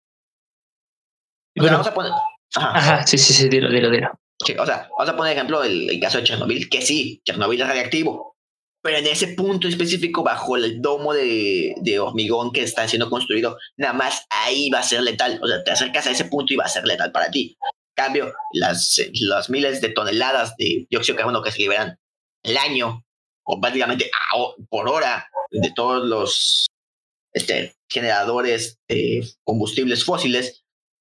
Bueno, vamos a poner... sí, dilo. Sí, o sea, vamos a poner ejemplo el caso de Chernobyl, que sí, Chernobyl es radiactivo, pero en ese punto específico, bajo el domo de hormigón que está siendo construido, nada más ahí va a ser letal. O sea, te acercas a ese punto y va a ser letal para ti. En cambio, las miles de toneladas de dióxido de carbono que se liberan al año, o prácticamente por hora, de todos los generadores de combustibles fósiles,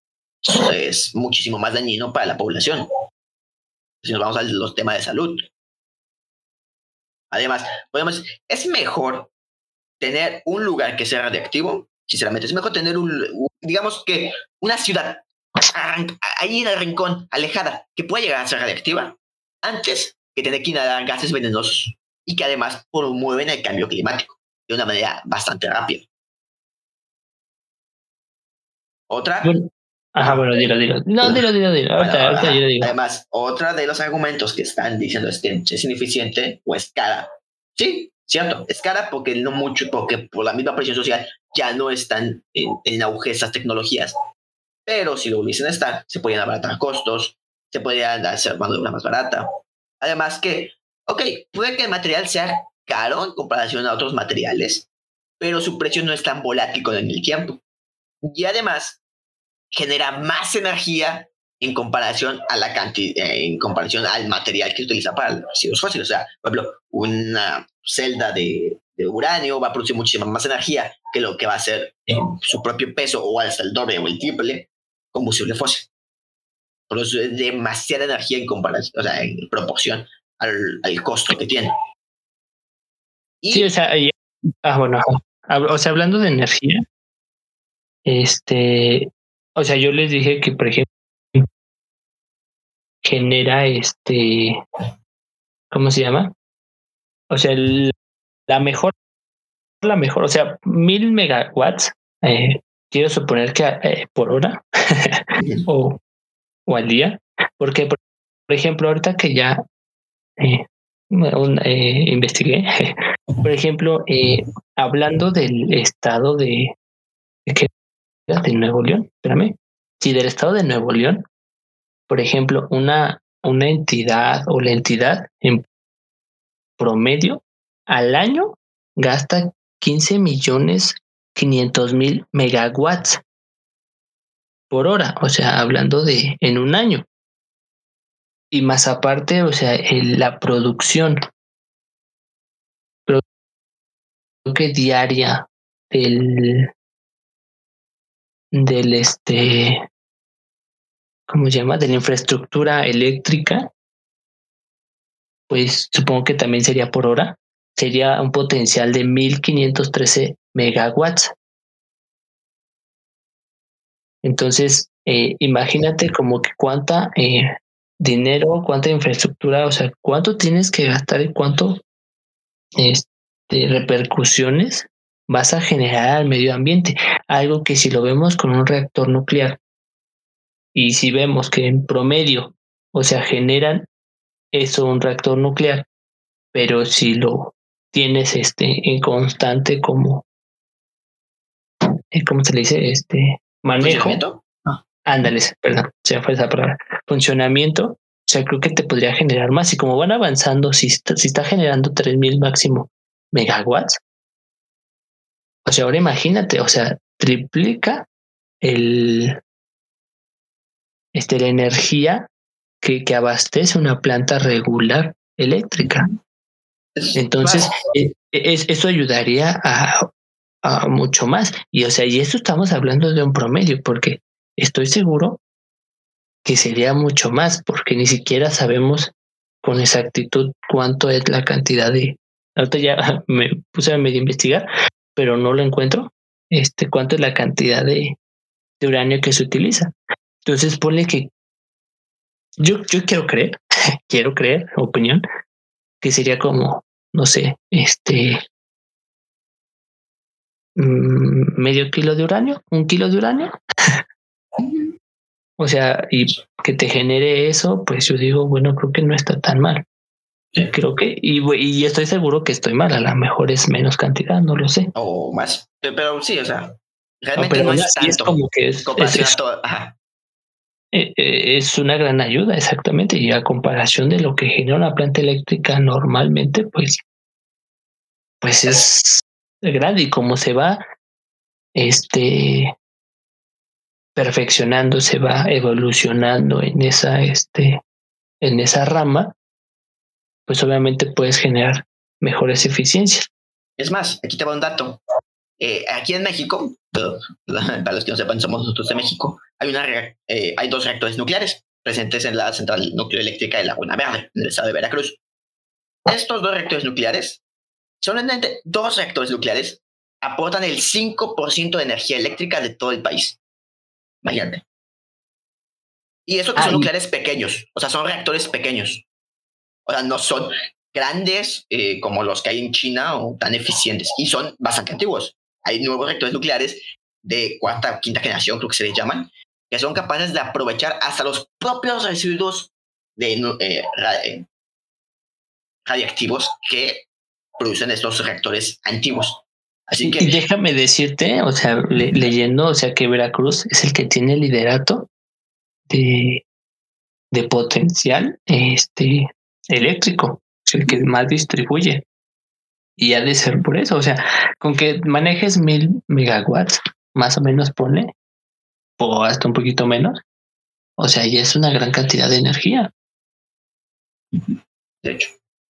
es muchísimo más dañino para la población. Si nos vamos a los temas de salud. Además, es mejor tener un lugar que sea radiactivo, sinceramente, es mejor tener digamos que una ciudad ahí en el rincón, alejada, que pueda llegar a ser radiactiva, antes que tener que inhalar gases venenosos y que además promueven el cambio climático de una manera bastante rápida. Otra... Dilo. No, dilo. Ahorita yo digo. Además, otra de los argumentos que están diciendo es que es ineficiente o es cara. Sí, cierto, es cara porque no mucho, porque por la misma presión social ya no están en auge estas tecnologías. Pero si lo hubiesen estar, se podrían abaratar costos, se podrían hacer mano de obra más barata. Además que, puede que el material sea caro en comparación a otros materiales, pero su precio no es tan volátil con el tiempo. Y además, genera más energía en comparación a la cantidad, en comparación al material que utiliza para los residuos fósiles. O sea, por ejemplo, una celda de uranio va a producir muchísima más energía que lo que va a hacer en su propio peso o hasta el doble o el triple combustible fósil. Por eso es demasiada energía en comparación, o sea, en proporción al costo que tiene. Sí, o sea, o sea, hablando de energía, o sea, yo les dije que, por ejemplo, genera ¿cómo se llama? O sea, la mejor, o sea, 1000 megawatts, quiero suponer que por hora o al día, porque, por ejemplo, ahorita que ya investigué, por ejemplo, hablando del estado de Nuevo León, espérame, sí, del estado de Nuevo León, por ejemplo, una entidad o la entidad en promedio al año gasta 15 millones 500,000 megawatts por hora, o sea, hablando de en un año. Y más aparte, o sea, la producción, creo que diaria del, ¿cómo se llama? De la infraestructura eléctrica, pues supongo que también sería por hora, sería un potencial de 1,513 megawatts. Entonces, imagínate como que cuánta dinero, cuánta infraestructura, o sea, cuánto tienes que gastar y cuánto repercusiones vas a generar al medio ambiente. Algo que si lo vemos con un reactor nuclear y si vemos que en promedio, o sea, generan eso un reactor nuclear, pero si lo tienes en constante como, ¿cómo se le dice? Manejo. Ándales, perdón, se me fue esa palabra. Funcionamiento, o sea, creo que te podría generar más. Y como van avanzando, si está generando 3,000 máximo megawatts, o sea, ahora imagínate, o sea, triplica la energía que abastece una planta regular eléctrica. Entonces, eso ayudaría a mucho más. Y, o sea, y esto estamos hablando de un promedio, porque estoy seguro que sería mucho más, porque ni siquiera sabemos con exactitud cuánto es la cantidad de... Ahorita ya me puse a medio investigar, pero no lo encuentro. Cuánto es la cantidad de uranio que se utiliza. Entonces ponle que yo quiero creer, opinión, que sería como, no sé, medio kilo de uranio, 1 kilo de uranio. O sea, y que te genere eso, pues yo digo, bueno, creo que no está tan mal. Sí. Creo que, y estoy seguro que estoy mal, a lo mejor es menos cantidad, no lo sé. O más, pero sí, o sea, realmente no es tanto. Es como que es una gran ayuda, exactamente, y a comparación de lo que genera una planta eléctrica normalmente, pues es grande, y como se va perfeccionando, se va evolucionando en esa rama, pues obviamente puedes generar mejores eficiencias. Es más, aquí te va un dato. Aquí en México, para los que no sepan, somos nosotros de México, hay 2 reactores nucleares presentes en la central nucleoeléctrica de Laguna Verde, en el estado de Veracruz. Estos 2 reactores nucleares, solamente 2 reactores nucleares aportan el 5% de energía eléctrica de todo el país. Imagínate. Y eso que son nucleares pequeños, o sea, son reactores pequeños. O sea, no son grandes como los que hay en China o tan eficientes, y son bastante antiguos. Hay nuevos reactores nucleares de 4ª o 5ª generación, creo que se les llaman, que son capaces de aprovechar hasta los propios residuos radiactivos que producen estos reactores antiguos. Así que... Y déjame decirte, o sea, leyendo, o sea, que Veracruz es el que tiene el liderato de potencial eléctrico, es el que más distribuye. Y ha de ser por eso, o sea, con que manejes 1,000 megawatts, más o menos pone, o hasta un poquito menos, o sea, ya es una gran cantidad de energía. De hecho.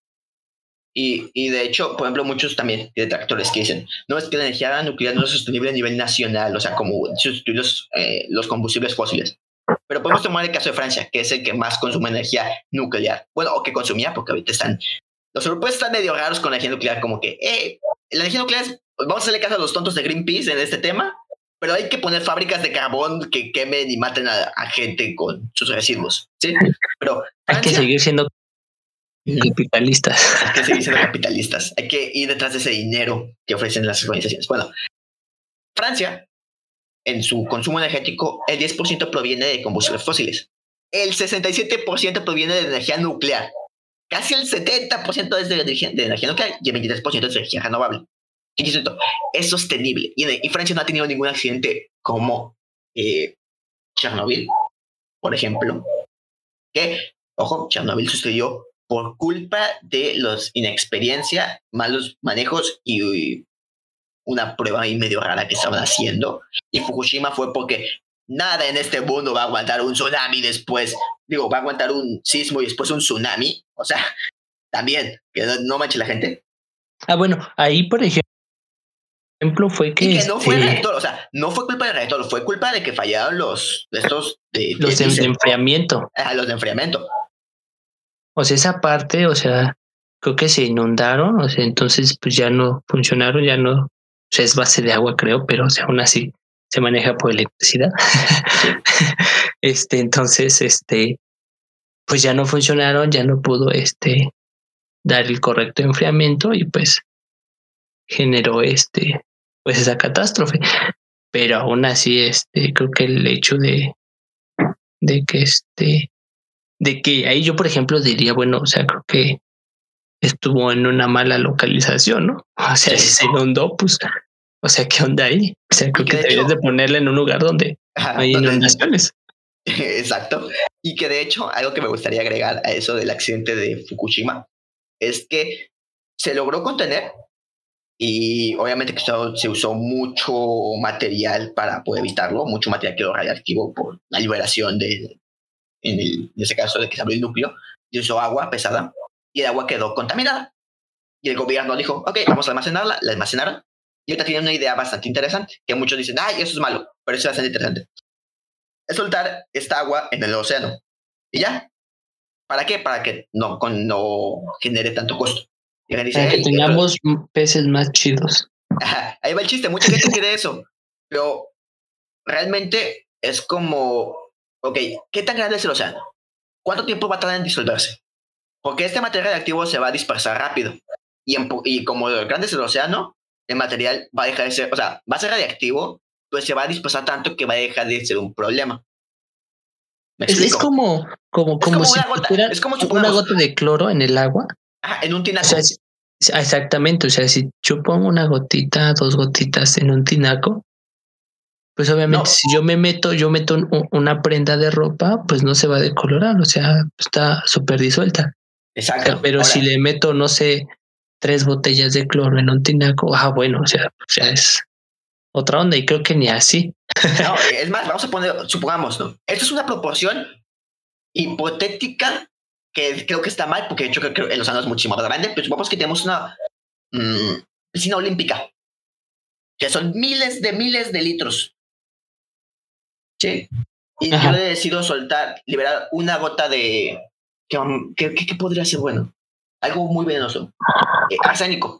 Y de hecho, por ejemplo, muchos también detractores que dicen, no, es que la energía nuclear no es sostenible a nivel nacional, o sea, como sustituir los combustibles fósiles. Pero podemos tomar el caso de Francia, que es el que más consume energía nuclear. Bueno, o que consumía, porque ahorita los europeos están medio raros con la energía nuclear, como que, la energía nuclear vamos a hacerle caso a los tontos de Greenpeace en este tema, pero hay que poner fábricas de carbón que quemen y maten a gente con sus residuos, ¿sí? Pero Francia, hay que seguir siendo capitalistas. Hay que seguir siendo capitalistas. Hay que ir detrás de ese dinero que ofrecen las organizaciones. Bueno, Francia, en su consumo energético, el 10% proviene de combustibles fósiles. El 67% proviene de energía nuclear. Casi el 70% es de energía nuclear y el 23% es de energía renovable. Es sostenible. Y Francia no ha tenido ningún accidente como Chernobyl, por ejemplo. Que, ojo, Chernobyl sucedió por culpa de los inexperiencia, malos manejos y una prueba ahí medio rara que estaban haciendo. Y Fukushima fue porque nada en este mundo va a aguantar un tsunami después. Digo, va a aguantar un sismo y después un tsunami. O sea, también, que no manche la gente. Bueno, ahí, por ejemplo, fue que... Y que no fue el reactor, o sea, no fue culpa del reactor, fue culpa de que fallaron los de enfriamiento. Los de enfriamiento. O sea, esa parte, o sea, creo que se inundaron, o sea, entonces pues ya no funcionaron, ya no, o sea, es base de agua, creo, pero o sea, aún así se maneja por electricidad. Entonces, pues ya no funcionaron, ya no pudo, dar el correcto enfriamiento y pues generó, pues esa catástrofe. Pero aún así, creo que el hecho de que, de que ahí yo, por ejemplo, diría, bueno, o sea, creo que estuvo en una mala localización, ¿no? O sea, si se inundó, pues, o sea, ¿qué onda ahí? O sea, creo que deberías de ponerla en un lugar donde hay inundaciones. Exacto. Y que de hecho, algo que me gustaría agregar a eso del accidente de Fukushima es que se logró contener y obviamente que se usó mucho material para poder evitarlo, mucho material quedó radiactivo por la liberación en ese caso de que se abrió el núcleo, se usó agua pesada y el agua quedó contaminada. Y el gobierno dijo, ok, vamos a almacenarla, la almacenaron. Y ahorita tienen una idea bastante interesante, que muchos dicen, ay, eso es malo, pero eso es bastante interesante. Es soltar esta agua en el océano. ¿Y ya? ¿Para qué? Para que no genere tanto costo. Y dice, para que tengamos peces más chidos. Ajá, ahí va el chiste, mucha gente quiere eso. Pero realmente es como, ok, ¿qué tan grande es el océano? ¿Cuánto tiempo va a tardar en disolverse? Porque este material radioactivo se va a dispersar rápido. Y como grande es el océano, el material va a dejar de ser, o sea, va a ser radiactivo, pues se va a dispersar tanto que va a dejar de ser un problema. Es como si una gota, es como una gota de cloro en el agua. Ajá, en un tinaco. O sea, exactamente, o sea, si yo pongo una gotita, 2 gotitas en un tinaco, pues obviamente si yo meto una prenda de ropa, pues no se va a decolorar, o sea, está súper disuelta. Exacto. O sea, pero si le meto, no sé, 3 botellas de cloro en un tinaco, bueno, o sea es otra onda y creo que ni así. No, es más, vamos a poner, supongamos, ¿no? Esto es una proporción hipotética que creo que está mal, porque de hecho creo que el océano es muchísimo más grande, pero supongamos que tenemos una piscina olímpica, que son miles de litros. Sí. Y yo le decido liberar una gota de... ¿Qué podría ser bueno? Algo muy venenoso. Arsénico.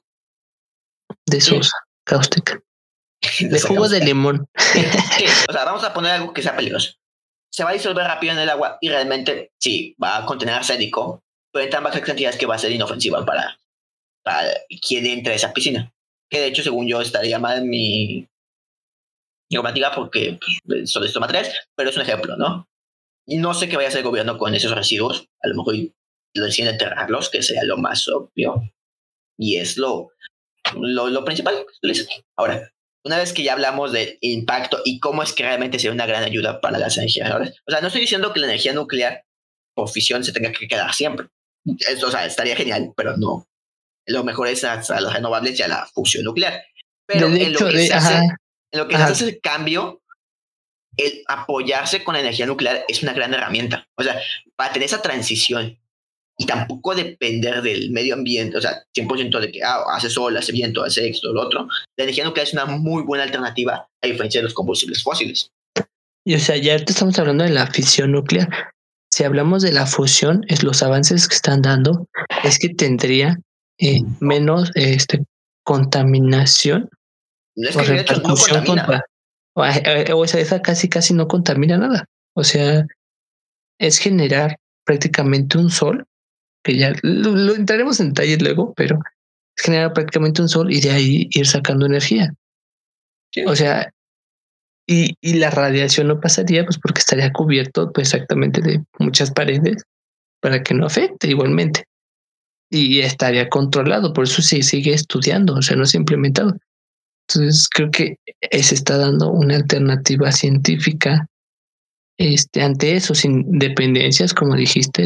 De sosa, cáustica. De jugo de limón. Sí, o sea, vamos a poner algo que sea peligroso. Se va a disolver rápido en el agua y realmente sí, va a contener arsénico, pero en tan bajas cantidades que va a ser inofensiva para quien entre a esa piscina. Que de hecho, según yo, estaría mal en mi normativa porque son estos materiales, pero es un ejemplo, ¿no? Y no sé qué vaya a hacer el gobierno con esos residuos. A lo mejor lo deciden enterrarlos, que sea lo más obvio. Y es lo principal. Ahora, una vez que ya hablamos del impacto y cómo es que realmente sería una gran ayuda para las energías renovables, o sea, no estoy diciendo que la energía nuclear por fisión se tenga que quedar siempre. Esto, o sea, estaría genial, pero no. Lo mejor es a las renovables y a la fusión nuclear. Pero en lo que se hace el cambio, el apoyarse con la energía nuclear es una gran herramienta. O sea, para tener esa transición y tampoco depender del medio ambiente, o sea, 100% de que hace sol, hace viento, hace esto, lo otro, la energía nuclear es una muy buena alternativa a diferencia de los combustibles fósiles. Y o sea, ya ahorita estamos hablando de la fisión nuclear. Si hablamos de la fusión, los avances que están dando es que tendría menos contaminación. No es que de hecho no contamina. O sea, esa casi no contamina nada. O sea, es generar prácticamente un sol, que ya lo entraremos en detalles luego, pero es generar prácticamente un sol y de ahí ir sacando energía. Sí. O sea, y la radiación no pasaría, pues porque estaría cubierto pues, exactamente de muchas paredes para que no afecte igualmente. Y estaría controlado, por eso se sigue estudiando, o sea, no se ha implementado. Entonces creo que se está dando una alternativa científica ante eso, sin dependencias, como dijiste,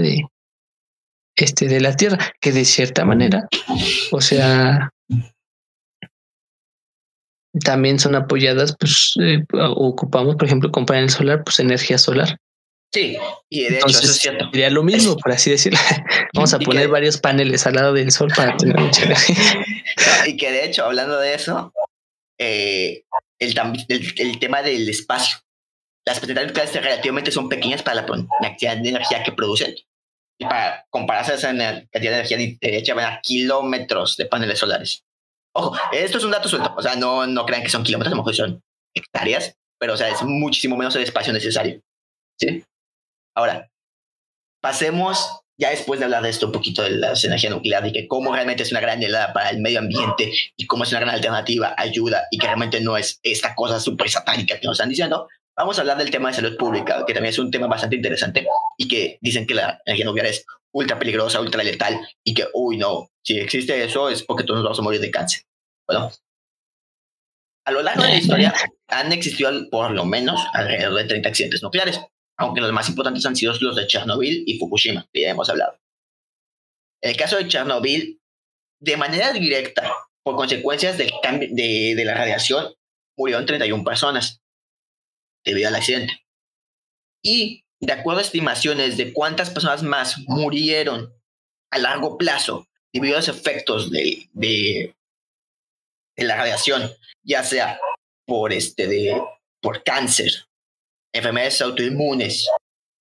de la Tierra, que de cierta manera, o sea, también son apoyadas, pues ocupamos, por ejemplo, con paneles solar, pues energía solar. Sí, y de Entonces, hecho eso es cierto. Sería lo mismo, por así decirlo. Vamos a poner varios paneles al lado del sol para tener mucha energía. No, y que de hecho, hablando de eso, el tema del espacio. Las centrales nucleares relativamente son pequeñas para la cantidad de energía que producen. Y para compararse a esa cantidad de energía, de hecho, van a kilómetros de paneles solares. Ojo, esto es un dato suelto. O sea, no crean que son kilómetros, a lo mejor son hectáreas, pero o sea, es muchísimo menos el espacio necesario. ¿Sí? Ahora, pasemos, ya después de hablar de esto un poquito de la energía nuclear y que cómo realmente es una gran helada para el medio ambiente y cómo es una gran alternativa, ayuda y que realmente no es esta cosa súper satánica que nos están diciendo, vamos a hablar del tema de salud pública, que también es un tema bastante interesante y que dicen que la energía nuclear es ultra peligrosa, ultra letal y que, uy, no, si existe eso es porque todos nos vamos a morir de cáncer. Bueno, a lo largo de la historia han existido por lo menos alrededor de 30 accidentes nucleares, aunque los más importantes han sido los de Chernobyl y Fukushima, que ya hemos hablado. En el caso de Chernobyl, de manera directa, por consecuencias del cambio de la radiación, murieron 31 personas debido al accidente. Y de acuerdo a estimaciones de cuántas personas más murieron a largo plazo debido a los efectos de la radiación, ya sea por cáncer, enfermedades autoinmunes,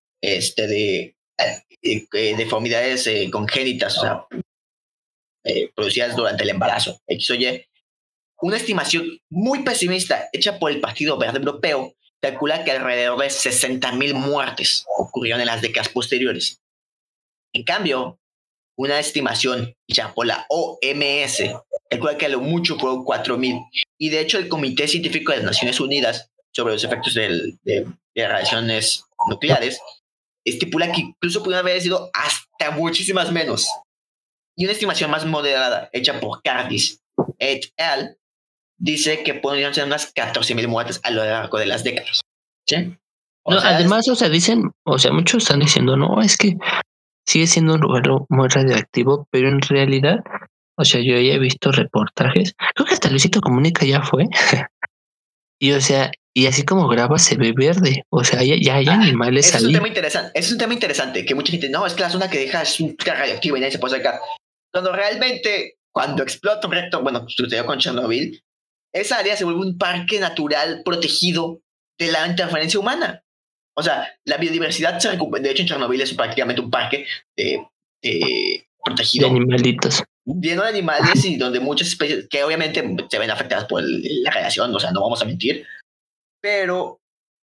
deformidades congénitas, o sea, producidas durante el embarazo, X o Y. Una estimación muy pesimista hecha por el Partido Verde Europeo calcula que alrededor de 60,000 muertes ocurrieron en las décadas posteriores. En cambio, una estimación hecha por la OMS calcula que a lo mucho fueron 4,000. Y de hecho, el Comité Científico de las Naciones Unidas sobre los efectos de radiaciones nucleares estipula que incluso pudieron haber sido hasta muchísimas menos. Y una estimación más moderada, hecha por Cardis et al., dice que podrían ser unas 14,000 muertes a lo largo de las décadas. ¿Sí? Además, dicen, muchos están diciendo, no, es que sigue siendo un lugar muy radioactivo, pero en realidad, yo ya he visto reportajes, creo que hasta Luisito Comunica ya fue, y así como graba se ve verde, ya hay animales ahí. Es un tema interesante, que mucha gente, no, es que la zona que deja es ultra radioactiva y nadie se puede sacar. Cuando realmente, cuando explota un reactor, bueno, sucedió con Chernobyl, esa área se vuelve un parque natural protegido de la interferencia humana. O sea, la biodiversidad se recupera. De hecho, en Chernobyl es prácticamente un parque protegido. De animalitos. Lleno de animales y donde muchas especies que obviamente se ven afectadas por la radiación, o sea, no vamos a mentir. Pero,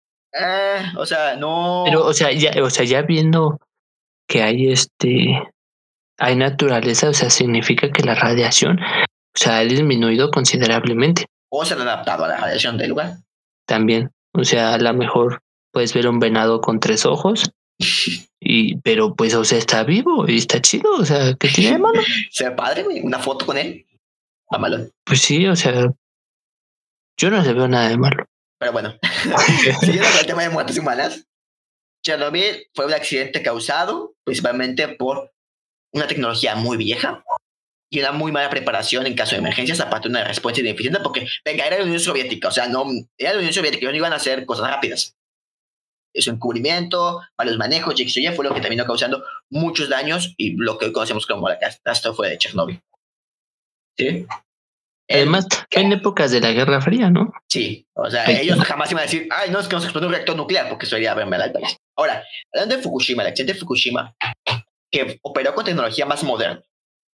no. Pero, ya viendo que hay naturaleza, significa que la radiación, ha disminuido considerablemente. O se han adaptado a la radiación del lugar. También, a lo mejor puedes ver un venado con 3 ojos, pero pues, está vivo y está chido, ¿qué tiene de malo? Se ve padre, güey, una foto con él. Mamalón. Pues sí, yo no le veo nada de malo. Pero bueno, siguiendo con el tema de muertes humanas, Chernobyl fue un accidente causado principalmente por una tecnología muy vieja y una muy mala preparación en caso de emergencias, aparte de una respuesta ineficiente, porque, venga, era la Unión Soviética, no, era la Unión Soviética, no iban a hacer cosas rápidas. Su encubrimiento, malos manejos, y eso fue lo que terminó causando muchos daños y lo que hoy conocemos como la catástrofe de Chernobyl. ¿Sí? Además, en épocas de la Guerra Fría, ¿no? Sí, ellos jamás iban a decir, ay, no, es que nos explotó un reactor nuclear, porque eso sería verme al país. Ahora, hablando de Fukushima, el accidente de Fukushima, que operó con tecnología más moderna,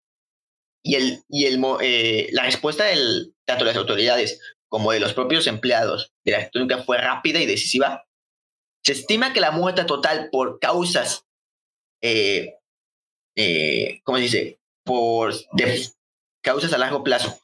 la respuesta tanto de las autoridades como de los propios empleados de la reactor nuclear fue rápida y decisiva. Se estima que la muerte total por causas, ¿cómo se dice? De causas a largo plazo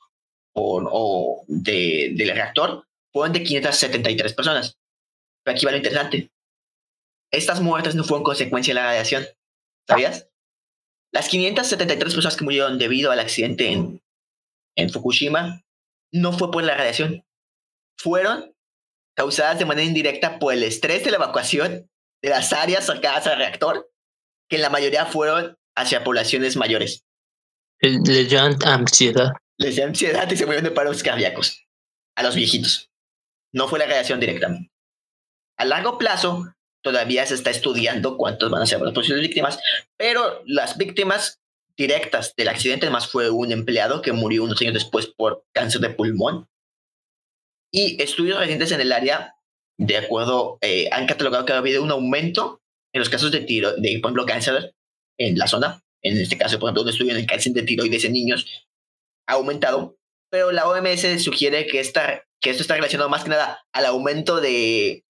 del reactor fueron de 573 personas. Pero aquí va lo interesante. Estas muertes no fueron consecuencia de la radiación. ¿Sabías? Las 573 personas que murieron debido al accidente en Fukushima no fue por la radiación. Fueron causadas de manera indirecta por el estrés de la evacuación de las áreas cercanas al reactor, que en la mayoría fueron hacia poblaciones mayores. Les llaman ansiedad. Les dio ansiedad y se murieron de paros cardíacos. a los viejitos. No fue la radiación directamente. A largo plazo, todavía se está estudiando cuántos van a ser las posibles víctimas, pero las víctimas directas del accidente más fue un empleado que murió unos años después por cáncer de pulmón. Y estudios recientes en el área, de acuerdo, han catalogado que ha habido un aumento en los casos de por ejemplo, cáncer en la zona. En este caso, por ejemplo, un estudio en el cáncer de tiroides en niños ha aumentado, pero la OMS sugiere que esto está relacionado más que nada al aumento de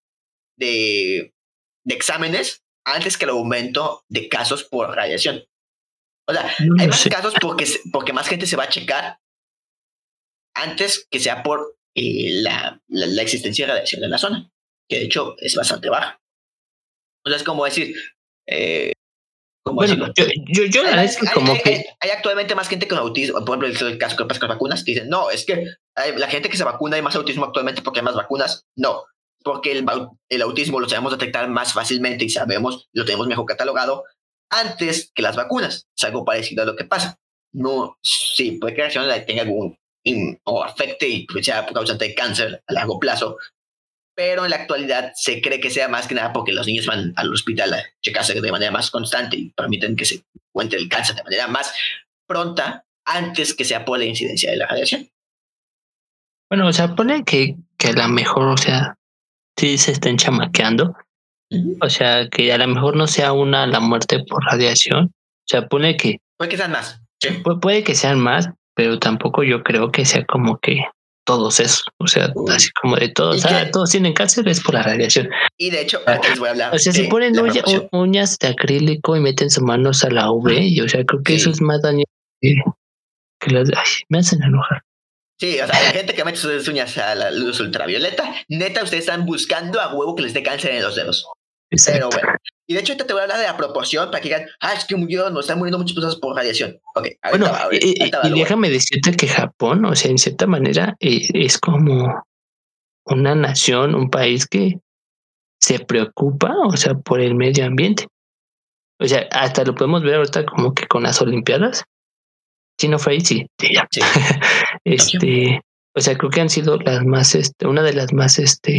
exámenes antes que el aumento de casos por radiación. O sea, hay más casos porque más gente se va a checar antes que sea por la existencia de radiación en la zona, que de hecho es bastante baja. O sea, es como decir... bueno, yo la vez que como que... Hay actualmente más gente con autismo, por ejemplo, el caso que pasa con las vacunas, que dicen, no, es que la gente que se vacuna hay más autismo actualmente porque hay más vacunas. No, porque el autismo lo sabemos detectar más fácilmente y lo tenemos mejor catalogado antes que las vacunas. Es algo parecido a lo que pasa. No, sí, puede que la reacción tenga algún o afecte y sea causante de cáncer a largo plazo, pero en la actualidad se cree que sea más que nada porque los niños van al hospital a checarse de manera más constante y permiten que se encuentre el cáncer de manera más pronta antes que sea por la incidencia de la radiación. Bueno, o sea, pone que a lo mejor, o sea, sí se estén chamaqueando. O sea, que a lo mejor no sea la muerte por radiación. O sea, pone que... Puede que sean más. ¿Sí? Puede que sean más, pero tampoco yo creo que sea como que todos esos. O sea, así como de todos. Todos tienen cáncer, es por la radiación. Y de hecho, ahorita les voy a hablar. O sea, se ponen uñas de acrílico y meten sus manos a la UV. Y, o sea, creo que eso es más dañino que las... Ay, me hacen enojar. Sí, o sea, la gente que mete sus uñas a la luz ultravioleta, neta, ustedes están buscando a huevo que les dé cáncer en los dedos. Exacto. Pero bueno, y de hecho ahorita te voy a hablar de la proporción para que digan, es que están muriendo muchas personas por radiación. Ok, bueno, y déjame decirte que Japón, o sea, en cierta manera, es como una nación, un país que se preocupa, o sea, por el medio ambiente. O sea, hasta lo podemos ver ahorita como que con las Olimpiadas. Si no fue ahí, sí, ya. Sí. O sea, creo que han sido las más, una de las más,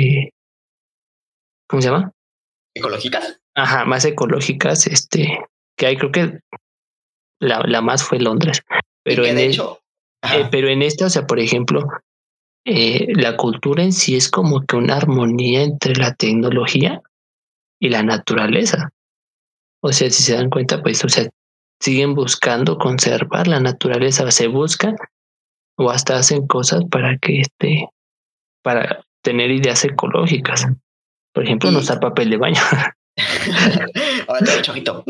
¿cómo se llama? ¿Ecológicas? Ajá, más ecológicas, que hay, creo que la más fue Londres. Pero pero en esta, o sea, por ejemplo, la cultura en sí es como que una armonía entre la tecnología y la naturaleza. O sea, si se dan cuenta, pues, o sea, siguen buscando conservar la naturaleza, se buscan o hasta hacen cosas para que para tener ideas ecológicas. Por ejemplo, no usar papel de baño. Ahora todo el chorrito.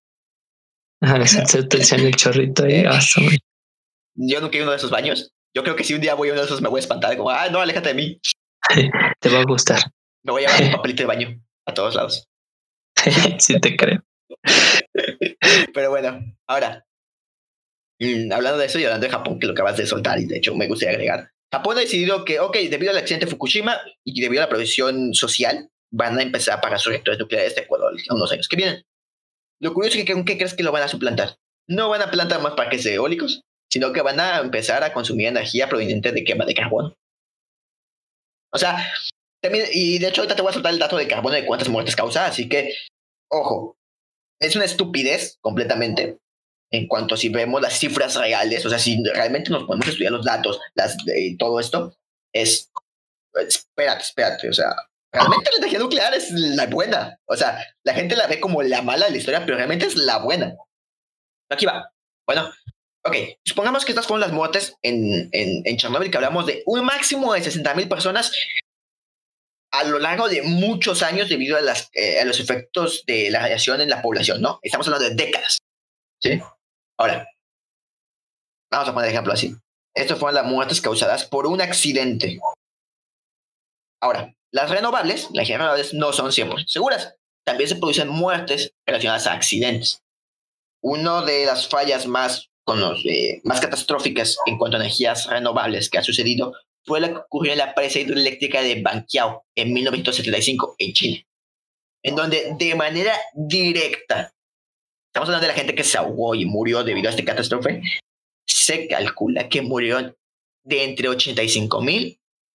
Se echan el chorrito ahí. Yo nunca he ido a uno de esos baños. Yo creo que si un día voy a uno de esos me voy a espantar. Como, no, aléjate de mí. Te va a gustar. Me voy a llevar un papelito de baño a todos lados. Sí, te creo. Pero bueno, ahora, hablando de eso y hablando de Japón, que lo acabas de soltar y de hecho me gustaría agregar. Japón ha decidido que, debido al accidente de Fukushima y debido a la previsión social, van a empezar a pagar sus reactores nucleares de acuerdo a unos años que vienen. Lo curioso es que, ¿con qué crees que lo van a suplantar? No van a plantar más parques eólicos, sino que van a empezar a consumir energía proveniente de quema de carbono. O sea, también, y de hecho ahorita te voy a soltar el dato de carbono de cuántas muertes causa, así que, ojo, es una estupidez completamente en cuanto a si vemos las cifras reales, o sea, si realmente nos podemos estudiar los datos, todo esto, espérate, o sea, realmente la energía nuclear es la buena, o sea, la gente la ve como la mala de la historia, pero realmente es la buena. Aquí va. Bueno, ok, supongamos que estas fueron las muertes en Chernobyl, que hablamos de un máximo de 60,000 personas a lo largo de muchos años debido a los efectos de la radiación en la población, ¿no? Estamos hablando de décadas, ¿sí? Ahora, vamos a poner ejemplo así. Estas fueron las muertes causadas por un accidente. Ahora, las energías renovables no son 100% seguras. También se producen muertes relacionadas a accidentes. Una de las fallas más catastróficas en cuanto a energías renovables que ha sucedido fue la que ocurrió en la presa hidroeléctrica de Banqiao en 1975 en Chile, en donde de manera directa, estamos hablando de la gente que se ahogó y murió debido a esta catástrofe, se calcula que murieron de entre 85,000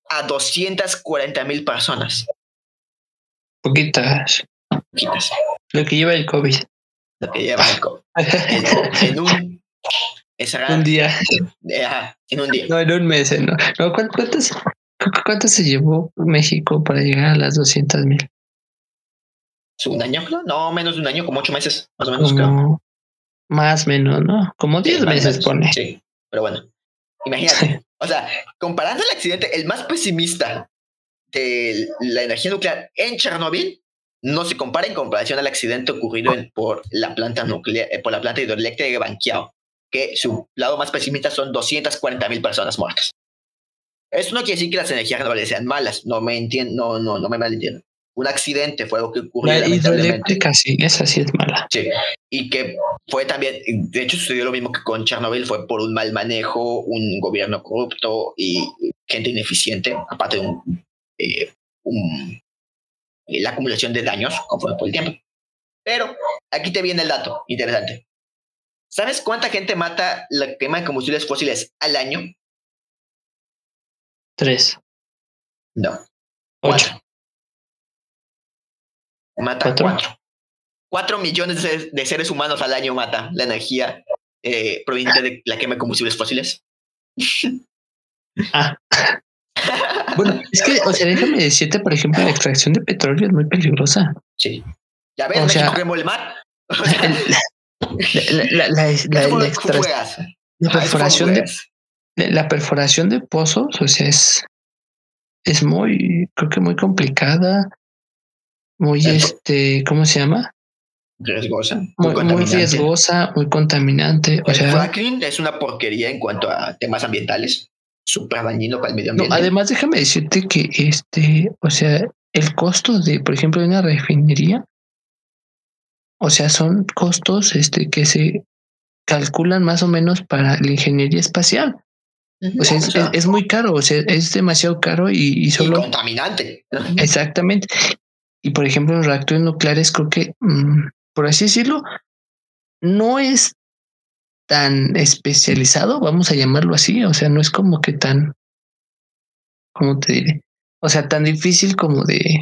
a 240,000 personas. Poquitas. Poquitas. Lo que lleva el COVID. Lo que lleva el COVID. En un día. En un día. No, en un mes. No. ¿Cuánto se llevó México para llegar a las 200,000? ¿Un año, creo? No, menos de un año, como 8 meses, más o menos, creo. Más o menos, ¿no? Como 10 meses pone. Sí, pero bueno, imagínate. O sea, comparando el accidente, el más pesimista de la energía nuclear en Chernobyl no se compara en comparación al accidente ocurrido por la planta nuclear, por la planta hidroeléctrica de Banqiao, que su lado más pesimista son 240,000 personas muertas. Eso no quiere decir que las energías renovables sean malas, no me malentiendan. Un accidente fue algo que ocurrió. La hidroeléctrica sí, esa sí es mala. Sí, y que fue también, de hecho sucedió lo mismo que con Chernobyl, fue por un mal manejo, un gobierno corrupto y gente ineficiente, aparte de la acumulación de daños conforme por el tiempo. Pero aquí te viene el dato interesante. ¿Sabes cuánta gente mata la quema de combustibles fósiles al año? 3. No. 8. Mata 4. 4 millones de seres humanos al año mata la energía proveniente de la quema de combustibles fósiles. Bueno, es que, o sea, déjame decirte, por ejemplo, la extracción de petróleo es muy peligrosa. Sí. Ya ves, México quemó el mar. La perforación de pozos, o sea, es muy, creo que muy complicada, muy ¿cómo se llama? Riesgosa. Muy riesgosa, muy contaminante. El fracking es una porquería en cuanto a temas ambientales, súper dañino para el medio ambiente. No, además, déjame decirte que o sea, el costo de, por ejemplo, de una refinería, o sea, son costos que se calculan más o menos para la ingeniería espacial. O sea, es muy caro, o sea, es demasiado caro y solo... Y contaminante. Exactamente. Y por ejemplo, los reactores nucleares, creo que, por así decirlo, no es tan especializado, vamos a llamarlo así. O sea, no es como que tan, ¿cómo te diré? O sea, tan difícil como de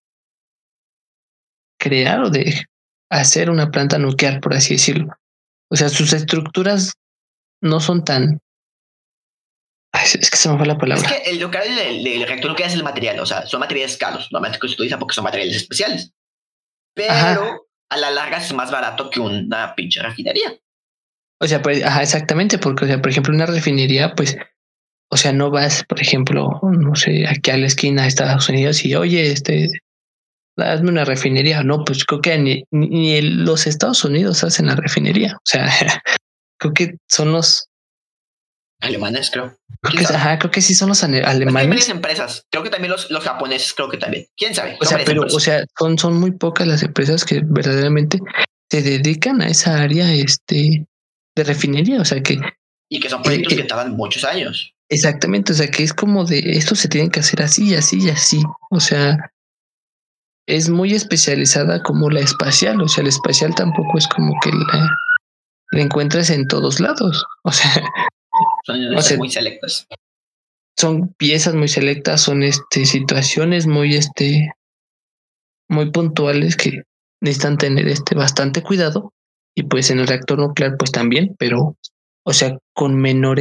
crear o de hacer una planta nuclear, por así decirlo. O sea, sus estructuras no son tan... Es que se me fue la palabra. Es que el reactor nuclear es el material, o sea, son materiales caros, normalmente se utilizan porque son materiales especiales. Pero a la larga es más barato que una pinche refinería. O sea, pues, exactamente, porque, o sea, por ejemplo, una refinería, pues, o sea, no vas, por ejemplo, no sé, aquí a la esquina de Estados Unidos y, oye, hazme una refinería. No, pues creo que ni los Estados Unidos hacen la refinería. O sea, creo que son los alemanes, creo. Creo que sí son los alemanes. Hay varias empresas. Creo que también los japoneses, creo que también. ¿Quién sabe? O sea, pero, o sea, son muy pocas las empresas que verdaderamente se dedican a esa área de refinería. O sea que... Y que son proyectos que tardan muchos años. Exactamente. O sea que es como de esto se tienen que hacer así, así y así. O sea, es muy especializada como la espacial. O sea, la espacial tampoco es como que la encuentres en todos lados. O sea, son muy selectas. Son piezas muy selectas, son situaciones muy muy puntuales que necesitan tener bastante cuidado. Y pues en el reactor nuclear pues también, pero o sea, con menor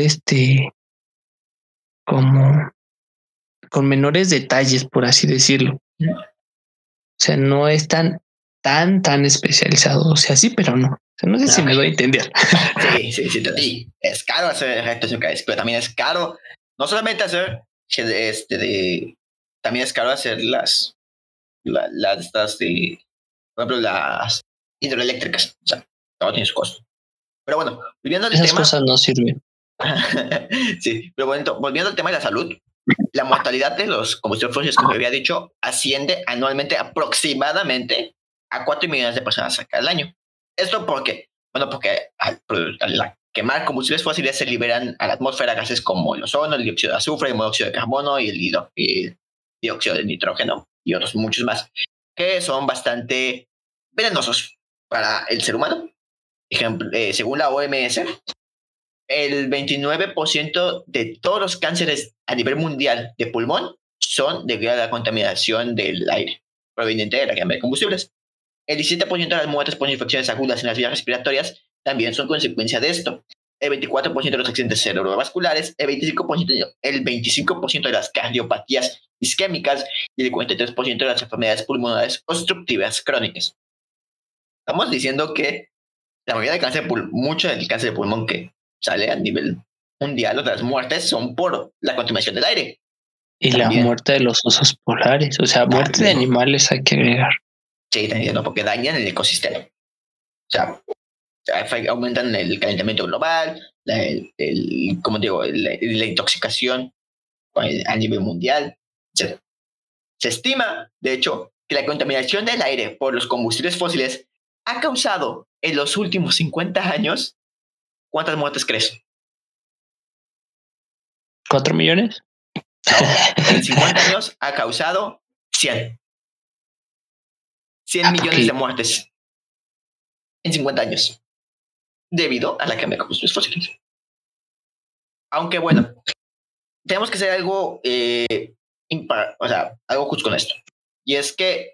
como con menores detalles, por así decirlo. O sea, no es tan especializado. O sea, sí, pero no. O sea, no sé si me doy a entender. Sí. Es caro hacer reactores nucleares, pero también es caro no solamente hacer también es caro hacer las estas por ejemplo, las hidroeléctricas. O sea, todo tiene su costo. Pero bueno, volviendo al tema. Esas cosas no sirven. Sí, pero bueno, volviendo al tema de la salud, la mortalidad de los combustibles fósiles, como había dicho, asciende anualmente aproximadamente a 4 millones de personas al año. ¿Esto por qué? Bueno, porque al quemar combustibles fósiles se liberan a la atmósfera gases como el ozono, el dióxido de azufre, el monóxido de carbono y el dióxido de nitrógeno y otros muchos más, que son bastante venenosos para el ser humano. Ejemplo, según la OMS, el 29% de todos los cánceres a nivel mundial de pulmón son debido a la contaminación del aire proveniente de la quema de combustibles. El 17% de las muertes por infecciones agudas en las vías respiratorias también son consecuencia de esto. El 24% de los accidentes cerebrovasculares, el 25% de las cardiopatías isquémicas y el 43% de las enfermedades pulmonares obstructivas crónicas. Estamos diciendo que la mayoría del cáncer, mucho del cáncer de pulmón que sale a nivel mundial, otras muertes son por la contaminación del aire. Y también la muerte de los osos polares, o sea, muerte de animales hay que agregar. Sí, no, porque dañan el ecosistema. O sea, aumentan el calentamiento global, como digo, la intoxicación a nivel mundial. Se estima, de hecho, que la contaminación del aire por los combustibles fósiles ha causado en los últimos 50 años, ¿cuántas muertes crees? ¿4 millones? No, en 50 años ha causado 100. 100 millones de muertes en 50 años debido a la quema de combustibles fósiles. Aunque bueno, tenemos que hacer algo algo justo con esto. Y es que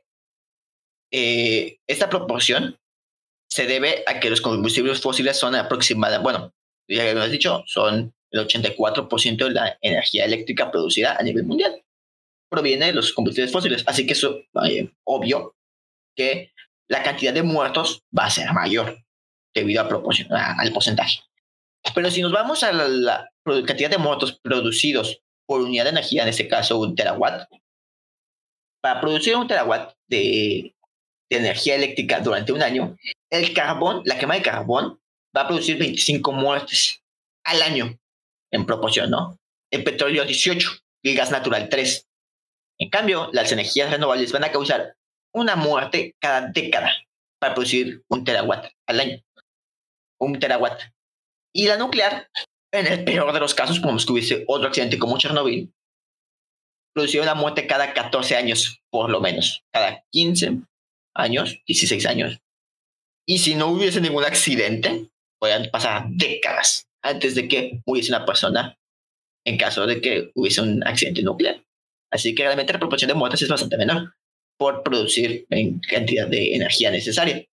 esta proporción se debe a que los combustibles fósiles son aproximadamente, bueno, ya lo has dicho, son el 84% de la energía eléctrica producida a nivel mundial. Proviene de los combustibles fósiles. Así que es obvio que la cantidad de muertos va a ser mayor debido al porcentaje. Pero si nos vamos a la cantidad de muertos producidos por unidad de energía, en este caso 1 terawatt, para producir 1 terawatt de energía eléctrica durante un año, el carbón, la quema de carbón, va a producir 25 muertes al año en proporción, ¿no? El petróleo 18 y el gas natural 3. En cambio, las energías renovables van a causar una muerte cada década para producir 1 terawatt al año. 1 terawatt. Y la nuclear, en el peor de los casos, como si hubiese otro accidente como Chernobyl, producía una muerte cada 14 años, por lo menos. Cada 15 años, 16 años. Y si no hubiese ningún accidente, podrían pasar décadas antes de que hubiese una persona en caso de que hubiese un accidente nuclear. Así que realmente la proporción de muertes es bastante menor por producir en cantidad de energía necesaria.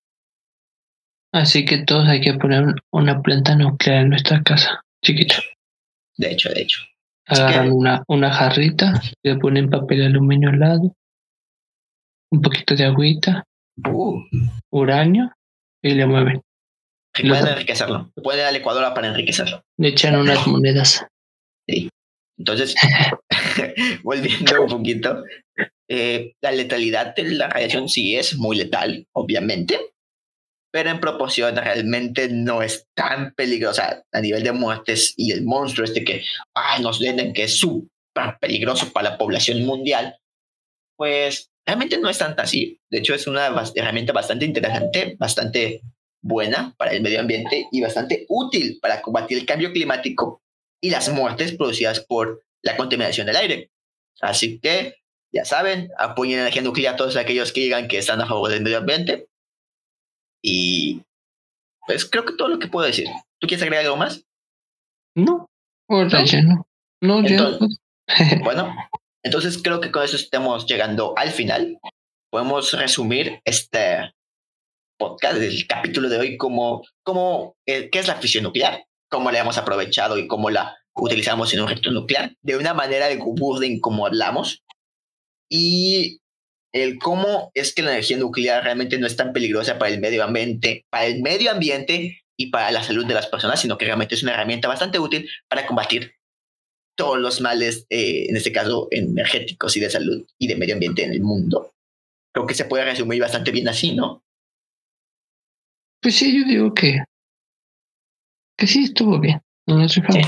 Así que todos hay que poner una planta nuclear en nuestra casa, chiquita. De hecho. Agarran una jarrita, le ponen papel aluminio al lado, un poquito de agüita, uranio, y le mueven. Pueden enriquecerlo. Pueden ir a la licuadora para enriquecerlo. Le echan unas monedas. Sí. Entonces, volviendo un poquito, la letalidad de la radiación sí es muy letal, obviamente, pero en proporción realmente no es tan peligrosa a nivel de muertes y el monstruo que nos venden que es súper peligroso para la población mundial, pues realmente no es tan así. De hecho, es una herramienta bastante interesante, bastante buena para el medio ambiente y bastante útil para combatir el cambio climático y las muertes producidas por la contaminación del aire. Así que, ya saben, apoyen la energía nuclear a todos aquellos que digan que están a favor del medio ambiente. Y pues creo que todo lo que puedo decir. ¿Tú quieres agregar algo más? No, ahora ya no. No, ya. Bueno, entonces creo que con eso estamos llegando al final. Podemos resumir este podcast del capítulo de hoy como qué es la fisión nuclear, cómo la hemos aprovechado y cómo la utilizamos en un reactor nuclear, de una manera de burden como hablamos, y el cómo es que la energía nuclear realmente no es tan peligrosa para el medio ambiente y para la salud de las personas, sino que realmente es una herramienta bastante útil para combatir todos los males, en este caso energéticos y de salud y de medio ambiente en el mundo. Creo que se puede resumir bastante bien así, ¿no? Pues sí, yo digo que sí estuvo bien. No soy sí.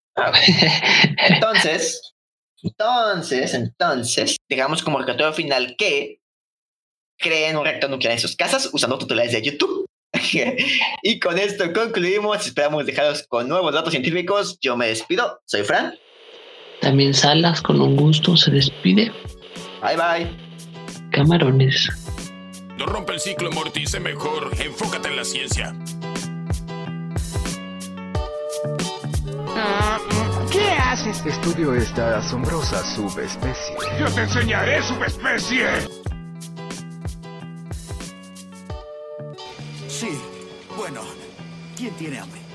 Entonces, digamos como recordatorio final que creen un reactor nuclear en sus casas usando tutoriales de YouTube. Y con esto concluimos. Esperamos dejaros con nuevos datos científicos. Yo me despido. Soy Fran. También Salas, con un gusto, se despide. Bye, bye. Camarones. No rompe el ciclo, Morty. Sé mejor. Enfócate en la ciencia. ¿Qué haces? Estudio esta asombrosa subespecie. ¡Yo te enseñaré, subespecie! Sí, bueno, ¿quién tiene hambre?